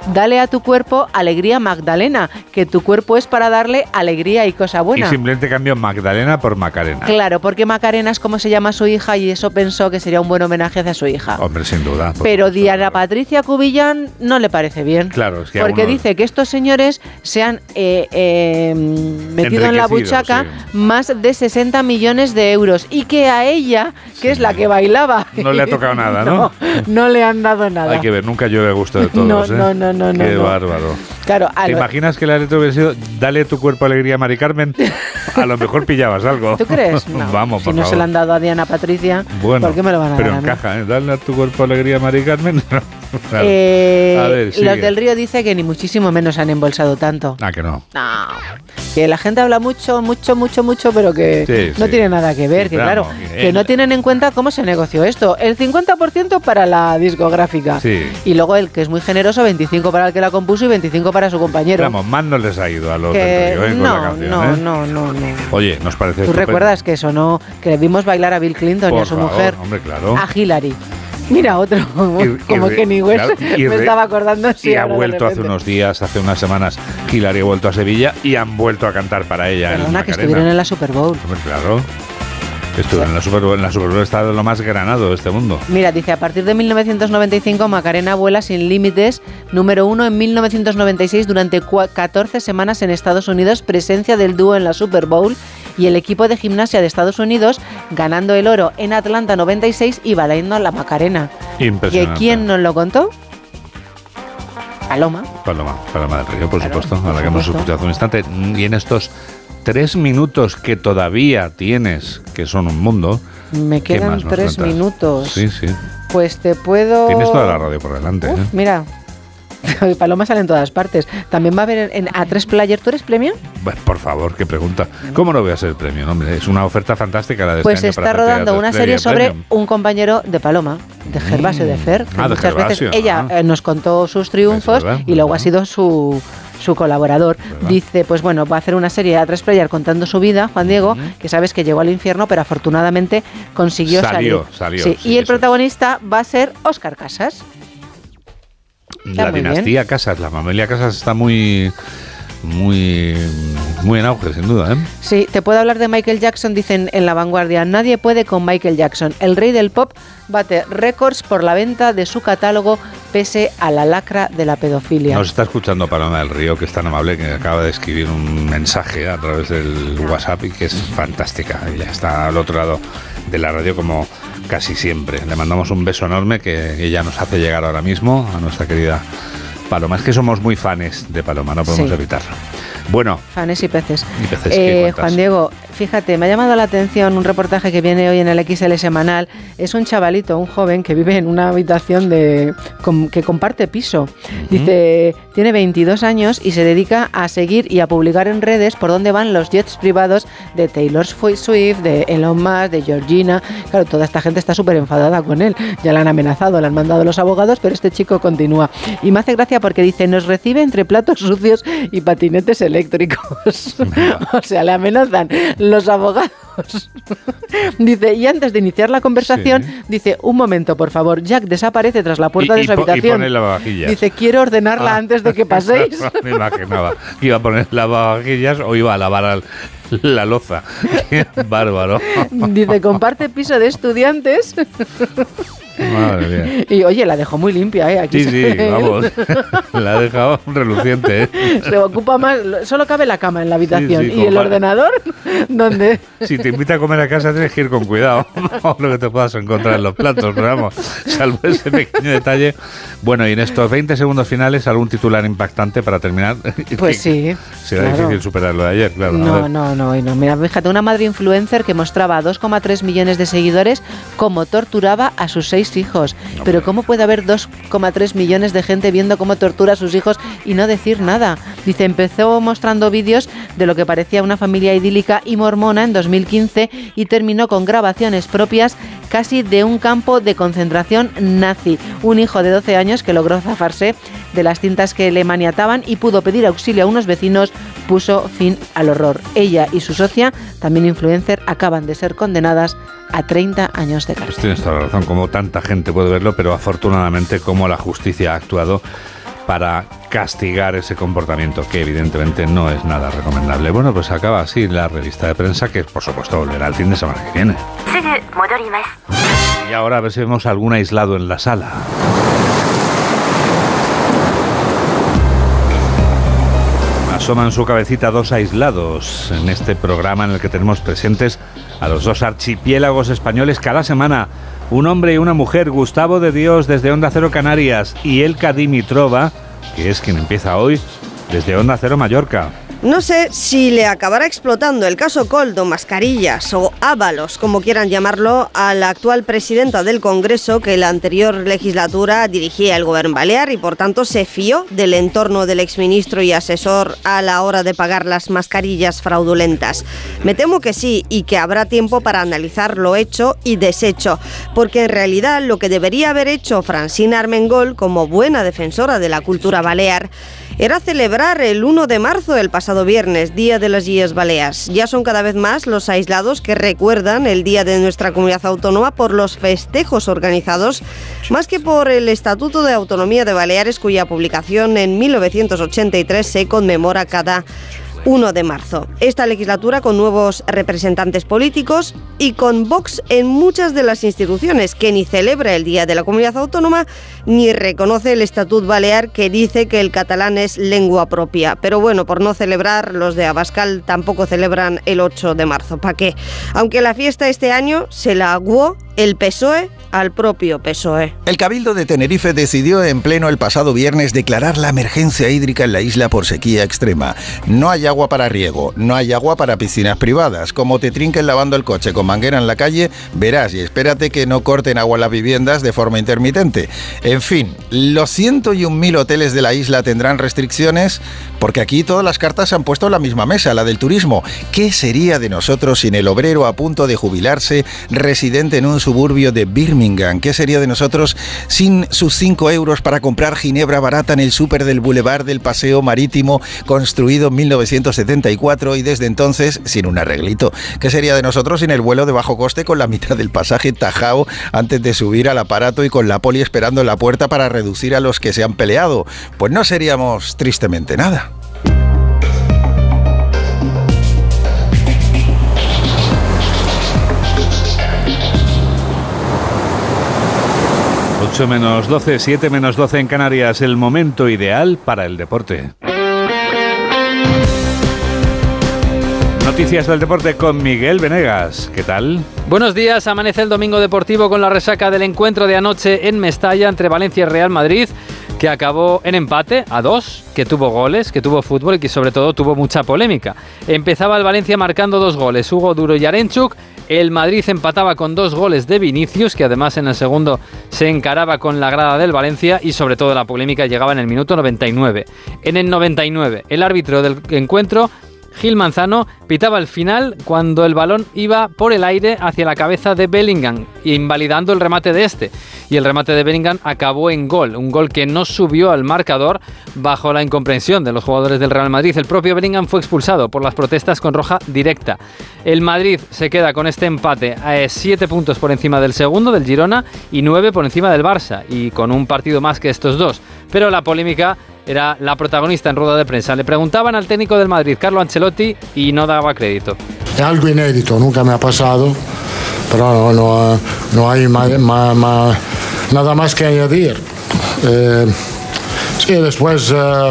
dale a tu cuerpo alegría Magdalena, que tu cuerpo es para darle alegría y cosa buena. Y simplemente cambió Magdalena por Macarena. Claro, porque Macarena es como se llama su hija y eso pensó que sería un buen homenaje hacia su hija. Hombre, sin duda. Pero Diana Patricia Cubillán no le parece bien. Claro, es que porque uno... dice que estos señores se han eh, eh, metido en la buchaca sí. más de sesenta millones de euros y que a ella, que sí. es la que bailaba, no le ha tocado nada, ¿no? No, no le han dado nada. Hay que ver, nunca llueve a gusto de todos, no, ¿eh? No, no, no, no. Qué no. bárbaro. Claro, ¿Te lo... imaginas que la letra hubiera sido dale tu cuerpo alegría, Mari Carmen? A lo mejor pillabas algo. ¿Tú crees? No. Vamos, si por no favor. se lo han dado a Diana Patricia, bueno, ¿por qué me lo van a pero dar? Pero encaja, ¿eh? Dale a tu cuerpo alegría, Mari Carmen. Claro. eh, a ver, los del Río dice que ni muchísimo menos han embolsado tanto. Ah, que no. No. Que la gente habla mucho, mucho, mucho, mucho, pero que sí, no sí. tiene nada que ver. Sí, que claro, claro que no tienen en cuenta cómo se negoció esto. El cincuenta por ciento para la discográfica. Sí. Y luego el que es muy generoso, veinticinco para el que la compuso y veinticinco para su compañero. Vamos, más no les ha ido a los que del Río, ¿eh? Con no, la canción, no, ¿eh? no, no, no. Oye, nos parece ¿Tú estupendo. recuerdas que sonó, que le vimos bailar a Bill Clinton Por y a su favor, mujer? Hombre, claro. A Hillary. Mira, otro, y, como y, Kenny West, claro, y me re, estaba acordando. Sí, y ha vuelto hace unos días, hace unas semanas, Hillary ha vuelto a Sevilla y han vuelto a cantar para ella. Perdona, el que estuvieron en la Super Bowl. Hombre, claro. Estuvieron en la Super Bowl, en la Super Bowl está lo más granado de este mundo. Mira, dice, a partir de mil novecientos noventa y cinco, Macarena vuela sin límites, número uno en mil novecientos noventa y seis, durante catorce semanas en Estados Unidos, presencia del dúo en la Super Bowl y el equipo de gimnasia de Estados Unidos ganando el oro en Atlanta noventa y seis y bailando la Macarena. Impresionante. ¿Quién nos lo contó? Paloma. Paloma, Paloma del Río, por claro, supuesto, por a la que hemos supuesto. escuchado hace un instante. Y en estos tres minutos que todavía tienes, que son un mundo... Me quedan tres cuentas? minutos. Sí, sí. Pues te puedo... Tienes toda la radio por delante. Uf, ¿eh? Mira, Paloma sale en todas partes. También va a haber en, en A tres Player. ¿Tú eres premio? Bueno, por favor, qué pregunta. ¿Cómo no voy a ser premio? No, hombre, es una oferta fantástica la de Pues este año está para rodando T tres una Player serie sobre Premium. un compañero de Paloma, de Gervasio de Fer. Que Ah, de muchas Gervasio, veces ella ah. eh, nos contó sus triunfos verdad, y luego verdad. ha sido su... su colaborador. ¿verdad? Dice, pues bueno, va a hacer una serie A tres Player contando su vida, Juan Diego, uh-huh. que sabes que llegó al infierno, pero afortunadamente consiguió salió, salir. Salió, sí, sí, y el eso protagonista es. va a ser Óscar Casas. La muy dinastía bien. Casas, la familia Casas está muy... Muy, muy en auge, sin duda, ¿eh? Sí, te puedo hablar de Michael Jackson, dicen en La Vanguardia. Nadie puede con Michael Jackson. El rey del pop bate récords por la venta de su catálogo pese a la lacra de la pedofilia. Nos está escuchando Paloma del Río, que es tan amable, que acaba de escribir un mensaje a través del WhatsApp y que es fantástica. Ella está al otro lado de la radio como casi siempre. Le mandamos un beso enorme que ella nos hace llegar ahora mismo a nuestra querida Paloma. Es que somos muy fanes de Paloma, no podemos Sí. evitarlo. Bueno. Fanes y peces. Y peces, ¿qué Eh, cuentas? Juan Diego, fíjate, me ha llamado la atención un reportaje que viene hoy en el X L semanal. Es un chavalito, un joven que vive en una habitación de com, que comparte piso. Uh-huh. Dice, tiene veintidós años y se dedica a seguir y a publicar en redes por dónde van los jets privados de Taylor Swift, de Elon Musk, de Georgina. Claro, toda esta gente está súper enfadada con él. Ya la han amenazado, le han mandado los abogados, pero este chico continúa. Y me hace gracia porque dice, nos recibe entre platos sucios y patinetes eléctricos. O sea, le amenazan los abogados. Dice, y antes de iniciar la conversación, sí. dice, un momento, por favor, Jack desaparece tras la puerta y, de su y po- habitación. Y pone lavavajillas. Dice, quiero ordenarla ah. antes de que paséis. Me imaginaba que iba a poner lavavajillas o iba a lavar al, la loza. Qué bárbaro. Dice, comparte piso de estudiantes. Madre mía. Y oye, la dejó muy limpia, ¿eh? Aquí sí, sí, se... vamos. La ha dejado reluciente, ¿eh? Se ocupa más. Solo cabe la cama en la habitación. Sí, sí, y el para... ordenador, ¿dónde? Si te invita a comer a casa, tienes que ir con cuidado. No lo que te puedas encontrar en los platos, pero vamos, salvo ese pequeño detalle. Bueno, y en estos veinte segundos finales, algún titular impactante para terminar. Pues sí. Será claro. difícil superar lo de ayer, claro. No, no, no, no. Mira, fíjate, una madre influencer que mostraba a dos coma tres millones de seguidores cómo torturaba a sus seis hijos. No, pero ¿cómo puede haber dos coma tres millones de gente viendo cómo tortura a sus hijos y no decir nada? Dice, empezó mostrando vídeos de lo que parecía una familia idílica y mormona en dos mil quince y terminó con grabaciones propias casi de un campo de concentración nazi. Un hijo de doce años que logró zafarse de las cintas que le maniataban y pudo pedir auxilio a unos vecinos, puso fin al horror. Ella y su socia, también influencer, acaban de ser condenadas a treinta años de cárcel. Pues tienes toda la razón, como tanta gente puede verlo, pero afortunadamente como la justicia ha actuado para castigar ese comportamiento, que evidentemente no es nada recomendable. Bueno, pues acaba así la revista de prensa, que por supuesto volverá el fin de semana que viene. Y ahora a ver si vemos algún aislado en la sala. Asoman su cabecita dos aislados en este programa en el que tenemos presentes a los dos archipiélagos españoles cada semana. Un hombre y una mujer, Gustavo de Dios desde Onda Cero Canarias y Elka Dimitrova, que es quien empieza hoy desde Onda Cero Mallorca. No sé si le acabará explotando el caso Coldo, Mascarillas o Ábalos, como quieran llamarlo, a la actual presidenta del Congreso que la anterior legislatura dirigía el Gobierno Balear y por tanto se fió del entorno del exministro y asesor a la hora de pagar las mascarillas fraudulentas. Me temo que sí, y que habrá tiempo para analizar lo hecho y deshecho, porque en realidad lo que debería haber hecho Francina Armengol como buena defensora de la cultura balear era celebrar el uno de marzo, el pasado viernes, Día de las Illes Balears. Ya son cada vez más los aislados que recuerdan el día de nuestra comunidad autónoma por los festejos organizados, más que por el Estatuto de Autonomía de Baleares, cuya publicación en mil novecientos ochenta y tres se conmemora cada uno de marzo. Esta legislatura con nuevos representantes políticos y con Vox en muchas de las instituciones, que ni celebra el Día de la Comunidad Autónoma ni reconoce el Estatut Balear, que dice que el catalán es lengua propia. Pero bueno, por no celebrar, los de Abascal tampoco celebran el ocho de marzo. ¿Para qué? Aunque la fiesta este año se la aguó el P S O E al propio P S O E. El Cabildo de Tenerife decidió en pleno el pasado viernes declarar la emergencia hídrica en la isla por sequía extrema. No hay agua para riego, no hay agua para piscinas privadas. Como te trinquen lavando el coche con manguera en la calle, verás, y espérate que no corten agua en las viviendas de forma intermitente. En fin, los ciento y un mil hoteles de la isla tendrán restricciones, porque aquí todas las cartas se han puesto en la misma mesa, la del turismo. ¿Qué sería de nosotros sin el obrero a punto de jubilarse, residente en un suburbio de Birmingham? ¿Qué sería de nosotros sin sus cinco euros para comprar ginebra barata en el súper del Boulevard del Paseo Marítimo, construido en mil novecientos setenta y cuatro, y desde entonces sin un arreglito? ¿Qué sería de nosotros sin el vuelo de bajo coste con la mitad del pasaje tajao antes de subir al aparato y con la poli esperando en la puerta para reducir a los que se han peleado? Pues no seríamos tristemente nada. ocho menos doce, siete menos doce en Canarias, el momento ideal para el deporte. Noticias del deporte con Miguel Venegas. ¿Qué tal? Buenos días. Amanece el domingo deportivo con la resaca del encuentro de anoche en Mestalla entre Valencia y Real Madrid, que acabó en empate a dos, que tuvo goles, que tuvo fútbol y que sobre todo tuvo mucha polémica. Empezaba el Valencia marcando dos goles, Hugo Duro y Arenchuk. El Madrid empataba con dos goles de Vinicius, que además en el segundo se encaraba con la grada del Valencia, y sobre todo la polémica llegaba en el minuto noventa y nueve. En el noventa y nueve, el árbitro del encuentro, Gil Manzano, pitaba el final cuando el balón iba por el aire hacia la cabeza de Bellingham, invalidando el remate de este. Y el remate de Bellingham acabó en gol, un gol que no subió al marcador bajo la incomprensión de los jugadores del Real Madrid. El propio Bellingham fue expulsado por las protestas con roja directa. El Madrid se queda con este empate a siete puntos por encima del segundo, del Girona, y nueve por encima del Barça, y con un partido más que estos dos. Pero la polémica era la protagonista en rueda de prensa. Le preguntaban al técnico del Madrid, Carlo Ancelotti, y no daba crédito. Es algo inédito, nunca me ha pasado, pero no, no, no hay ma, ma, ma, nada más que añadir. Eh, sí, después eh,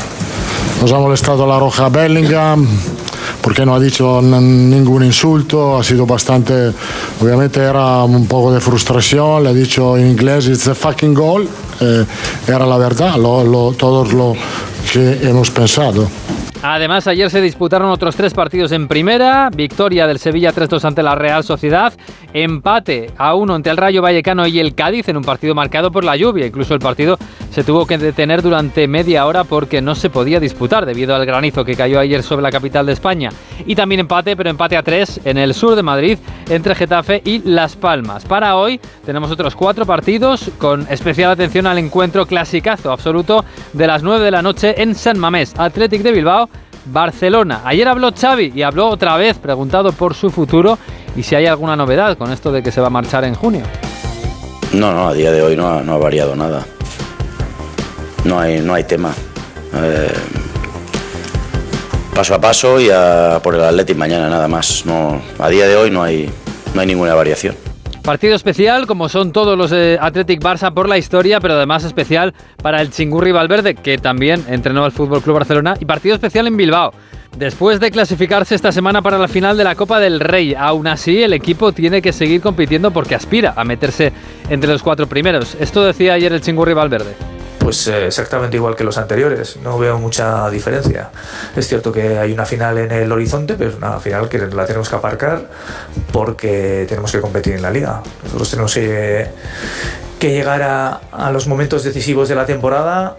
nos ha molestado la roja Bellingham, porque no ha dicho n- ningún insulto, ha sido bastante, obviamente era un poco de frustración, le ha dicho en inglés, it's a fucking goal, eh, era la verdad, lo, lo, todos lo que hemos pensado. Además, ayer se disputaron otros tres partidos en primera. Victoria del Sevilla tres dos ante la Real Sociedad. Empate a uno entre el Rayo Vallecano y el Cádiz en un partido marcado por la lluvia. Incluso el partido se tuvo que detener durante media hora porque no se podía disputar debido al granizo que cayó ayer sobre la capital de España. Y también empate, pero empate a tres en el sur de Madrid entre Getafe y Las Palmas. Para hoy tenemos otros cuatro partidos con especial atención al encuentro clasicazo absoluto de las nueve de la noche en San Mamés. Athletic de Bilbao, Barcelona. Ayer habló Xavi y habló otra vez preguntado por su futuro y si hay alguna novedad con esto de que se va a marchar en junio. No, no, a día de hoy no ha, no ha variado nada. no hay, no hay tema. Eh, paso a paso y a por el Athletic mañana, nada más. No, a día de hoy no hay, no hay ninguna variación. Partido especial, como son todos los de Athletic Barça por la historia, pero además especial para el Chingurri Valverde, que también entrenó al F C Barcelona, y partido especial en Bilbao. Después de clasificarse esta semana para la final de la Copa del Rey, aún así el equipo tiene que seguir compitiendo porque aspira a meterse entre los cuatro primeros. Esto decía ayer el Chingurri Valverde. Pues eh, exactamente igual que los anteriores, no veo mucha diferencia. Es cierto que hay una final en el horizonte, pero es una final que la tenemos que aparcar porque tenemos que competir en la Liga. Nosotros tenemos que, que llegar a, a los momentos decisivos de la temporada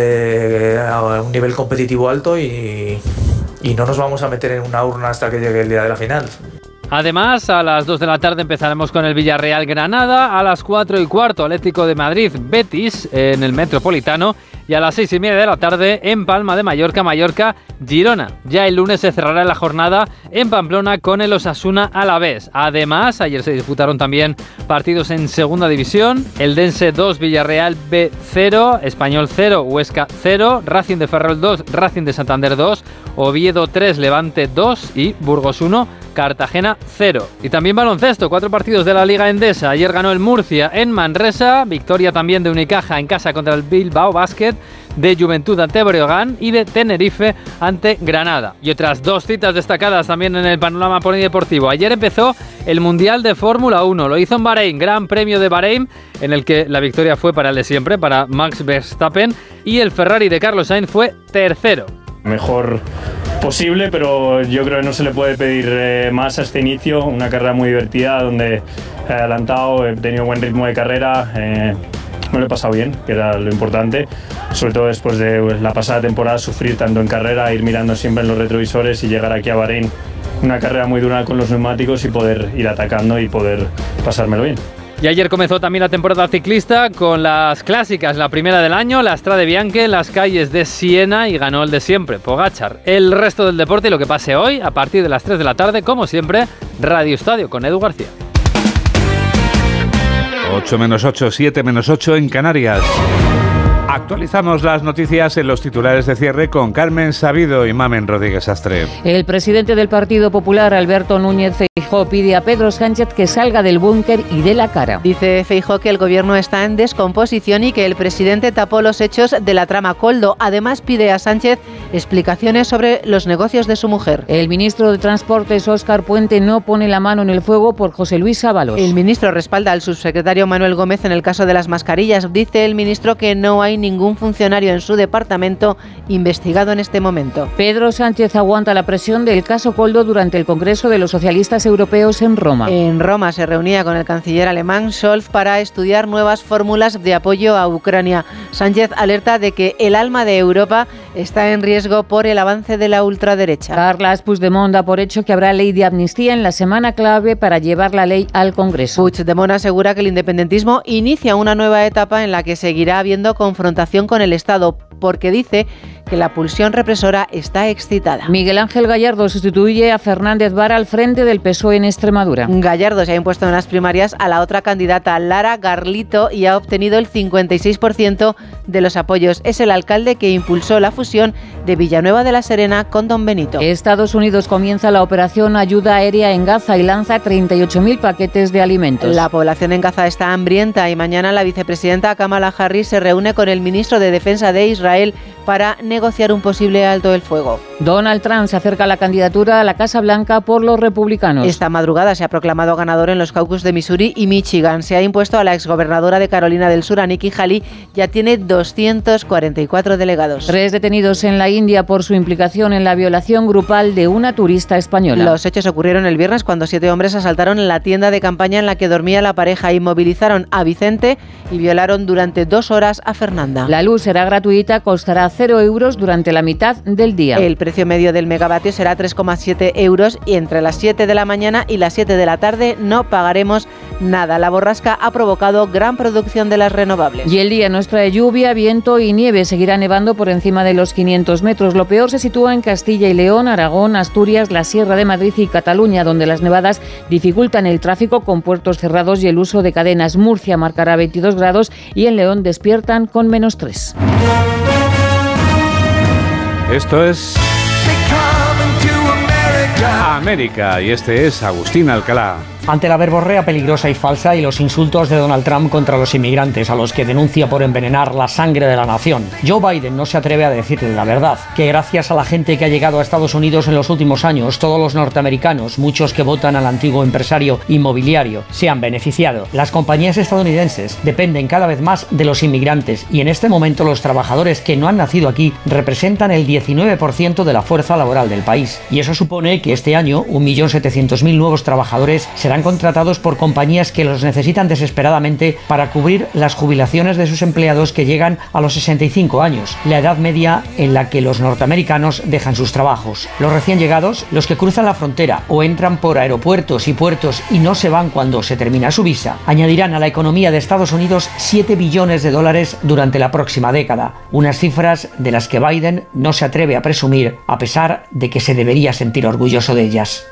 eh, a un nivel competitivo alto y, y no nos vamos a meter en una urna hasta que llegue el día de la final. Además, a las dos de la tarde empezaremos con el Villarreal Granada, a las cuatro y cuarto Atlético de Madrid Betis en el Metropolitano y a las seis y media de la tarde en Palma de Mallorca, Mallorca Girona. Ya el lunes se cerrará la jornada en Pamplona con el Osasuna Alavés. Además, ayer se disputaron también partidos en Segunda División, Eldense dos, Villarreal B cero, Español cero, Huesca cero, Racing de Ferrol dos, Racing de Santander dos, Oviedo tres, Levante dos y Burgos uno, Cartagena cero. Y también baloncesto, cuatro partidos de la Liga Endesa. Ayer ganó el Murcia en Manresa, victoria también de Unicaja en casa contra el Bilbao Basket, de Juventud ante Breogán y de Tenerife ante Granada. Y otras dos citas destacadas también en el panorama polideportivo. Ayer empezó el Mundial de Fórmula uno, lo hizo en Bahrein, Gran Premio de Bahrein, en el que la victoria fue para el de siempre, para Max Verstappen, y el Ferrari de Carlos Sainz fue tercero. Mejor posible, pero yo creo que no se le puede pedir eh, más a este inicio. Una carrera muy divertida donde he adelantado, he tenido buen ritmo de carrera, eh, me lo he pasado bien, que era lo importante, sobre todo después de pues, la pasada temporada, sufrir tanto en carrera, ir mirando siempre en los retrovisores y llegar aquí a Bahrein, una carrera muy dura con los neumáticos y poder ir atacando y poder pasármelo bien. Y ayer comenzó también la temporada ciclista con las clásicas, la primera del año, la Strade Bianche, las calles de Siena, y ganó el de siempre, Pogačar. El resto del deporte y lo que pase hoy, a partir de las tres de la tarde, como siempre, Radio Estadio con Edu García. ocho menos ocho, siete menos ocho en Canarias. Actualizamos las noticias en los titulares de cierre con Carmen Sabido y Mamen Rodríguez Astre. El presidente del Partido Popular, Alberto Núñez Feijóo, pide a Pedro Sánchez que salga del búnker y de la cara. Dice Feijóo que el gobierno está en descomposición y que el presidente tapó los hechos de la trama Koldo. Además, pide a Sánchez explicaciones sobre los negocios de su mujer. El ministro de Transportes, Óscar Puente, no pone la mano en el fuego por José Luis Ábalos. El ministro respalda al subsecretario Manuel Gómez en el caso de las mascarillas. Dice el ministro que no hay ningún funcionario en su departamento investigado en este momento. Pedro Sánchez aguanta la presión del caso Koldo durante el Congreso de los Socialistas Europeos en Roma. En Roma se reunía con el canciller alemán Scholz para estudiar nuevas fórmulas de apoyo a Ucrania. Sánchez alerta de que el alma de Europa está en riesgo por el avance de la ultraderecha. Carles Puigdemont da por hecho que habrá ley de amnistía en la semana clave para llevar la ley al Congreso. Puigdemont asegura que el independentismo inicia una nueva etapa en la que seguirá habiendo confrontación con el Estado, porque dice que la pulsión represora está excitada. Miguel Ángel Gallardo sustituye a Fernández Vara al frente del P S O E en Extremadura. Gallardo se ha impuesto en las primarias a la otra candidata, Lara Garlito, y ha obtenido el cincuenta y seis por ciento de los apoyos. Es el alcalde que impulsó la fusión de Villanueva de la Serena con Don Benito. Estados Unidos comienza la operación Ayuda Aérea en Gaza y lanza treinta y ocho mil paquetes de alimentos. La población en Gaza está hambrienta y mañana la vicepresidenta Kamala Harris se reúne con el ministro de Defensa de Israel para negociar un posible alto el fuego. Donald Trump se acerca a la candidatura a la Casa Blanca por los republicanos. Esta madrugada se ha proclamado ganador en los caucus de Missouri y Michigan. Se ha impuesto a la exgobernadora de Carolina del Sur, a Nikki Haley. Ya tiene doscientos cuarenta y cuatro delegados. Tres detenidos en la India por su implicación en la violación grupal de una turista española. Los hechos ocurrieron el viernes cuando siete hombres asaltaron la tienda de campaña en la que dormía la pareja, inmovilizaron a Vicente y violaron durante dos horas a Fernanda. La luz será gratuita, costará cero euros durante la mitad del día. El precio medio del megavatio será tres coma siete euros y entre las siete de la mañana y las siete de la tarde no pagaremos nada. La borrasca ha provocado gran producción de las renovables. Y el día nos trae lluvia, viento y nieve. Seguirá nevando por encima de los quinientos metros. Lo peor se sitúa en Castilla y León, Aragón, Asturias, la Sierra de Madrid y Cataluña, donde las nevadas dificultan el tráfico con puertos cerrados y el uso de cadenas. Murcia marcará veintidós grados y en León despiertan con menos tres. Esto es América y este es Agustín Alcalá. Ante la verborrea peligrosa y falsa y los insultos de Donald Trump contra los inmigrantes, a los que denuncia por envenenar la sangre de la nación, Joe Biden no se atreve a decirle la verdad, que gracias a la gente que ha llegado a Estados Unidos en los últimos años, todos los norteamericanos, muchos que votan al antiguo empresario inmobiliario, se han beneficiado. Las compañías estadounidenses dependen cada vez más de los inmigrantes y en este momento los trabajadores que no han nacido aquí representan el diecinueve por ciento de la fuerza laboral del país. Y eso supone que este año un millón setecientos mil nuevos trabajadores serán contratados por compañías que los necesitan desesperadamente para cubrir las jubilaciones de sus empleados que llegan a los sesenta y cinco años, la edad media en la que los norteamericanos dejan sus trabajos. Los recién llegados, los que cruzan la frontera o entran por aeropuertos y puertos y no se van cuando se termina su visa, añadirán a la economía de Estados Unidos siete billones de dólares durante la próxima década, unas cifras de las que Biden no se atreve a presumir a pesar de que se debería sentir orgulloso de ellas.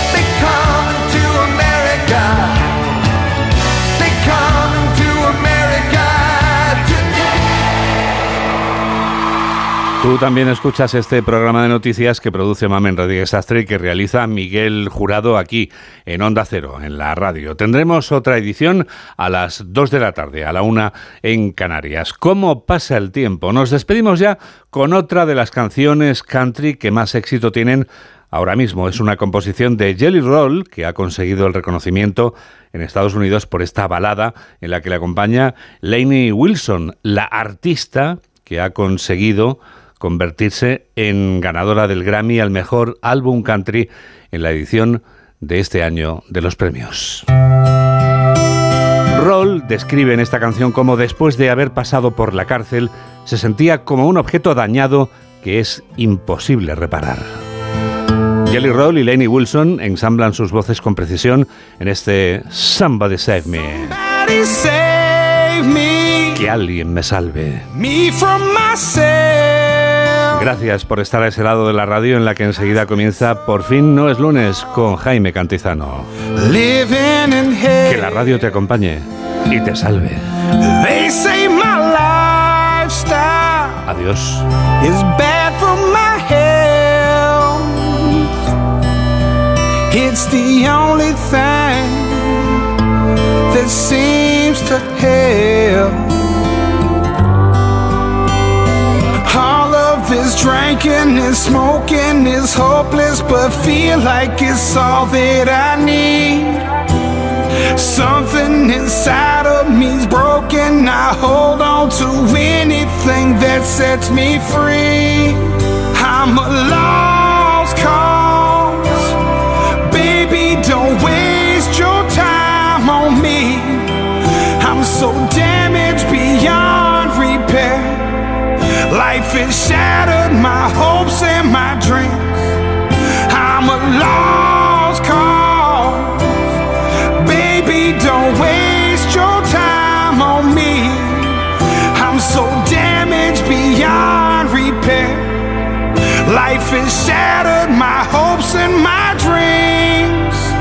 Tú también escuchas este programa de noticias que produce Mamen Rodríguez Sastre y que realiza Miguel Jurado aquí en Onda Cero, en la radio. Tendremos otra edición a las dos de la tarde, a la una en Canarias. ¿Cómo pasa el tiempo? Nos despedimos ya con otra de las canciones country que más éxito tienen ahora mismo. Es una composición de Jelly Roll que ha conseguido el reconocimiento en Estados Unidos por esta balada en la que le acompaña Lainey Wilson, la artista que ha conseguido convertirse en ganadora del Grammy al mejor álbum country en la edición de este año de los premios. Roll describe en esta canción cómo después de haber pasado por la cárcel se sentía como un objeto dañado que es imposible reparar. Jelly Roll y Lainey Wilson ensamblan sus voces con precisión en este Somebody Save Me. Somebody save me. Que alguien me salve. Me from myself. Gracias por estar a ese lado de la radio en la que enseguida comienza Por fin no es lunes con Jaime Cantizano. Que la radio te acompañe y te salve. They say my lifestyle Adiós. is bad for my health. It's the only thing that seems to help. All of this drinking and smoking is hopeless, but feel like it's all that I need. Something inside of me's broken. I hold on to anything that sets me free. I'm a lost cause. Baby, don't waste your time on me. I'm so damaged beyond repair. Life has shattered my hopes and my dreams. I'm a lost cause. Baby, don't waste your time on me. I'm so damaged beyond repair. Life has shattered my hopes and my dreams.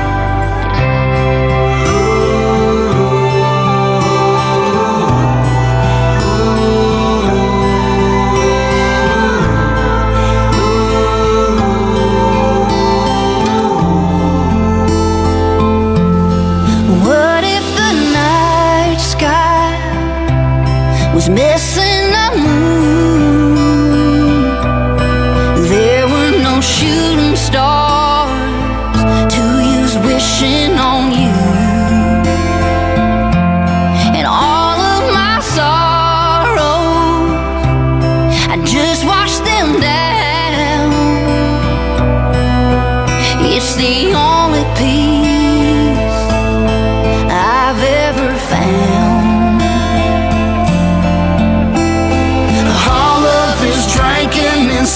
Was missing a moon. There were no shooting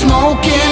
smoking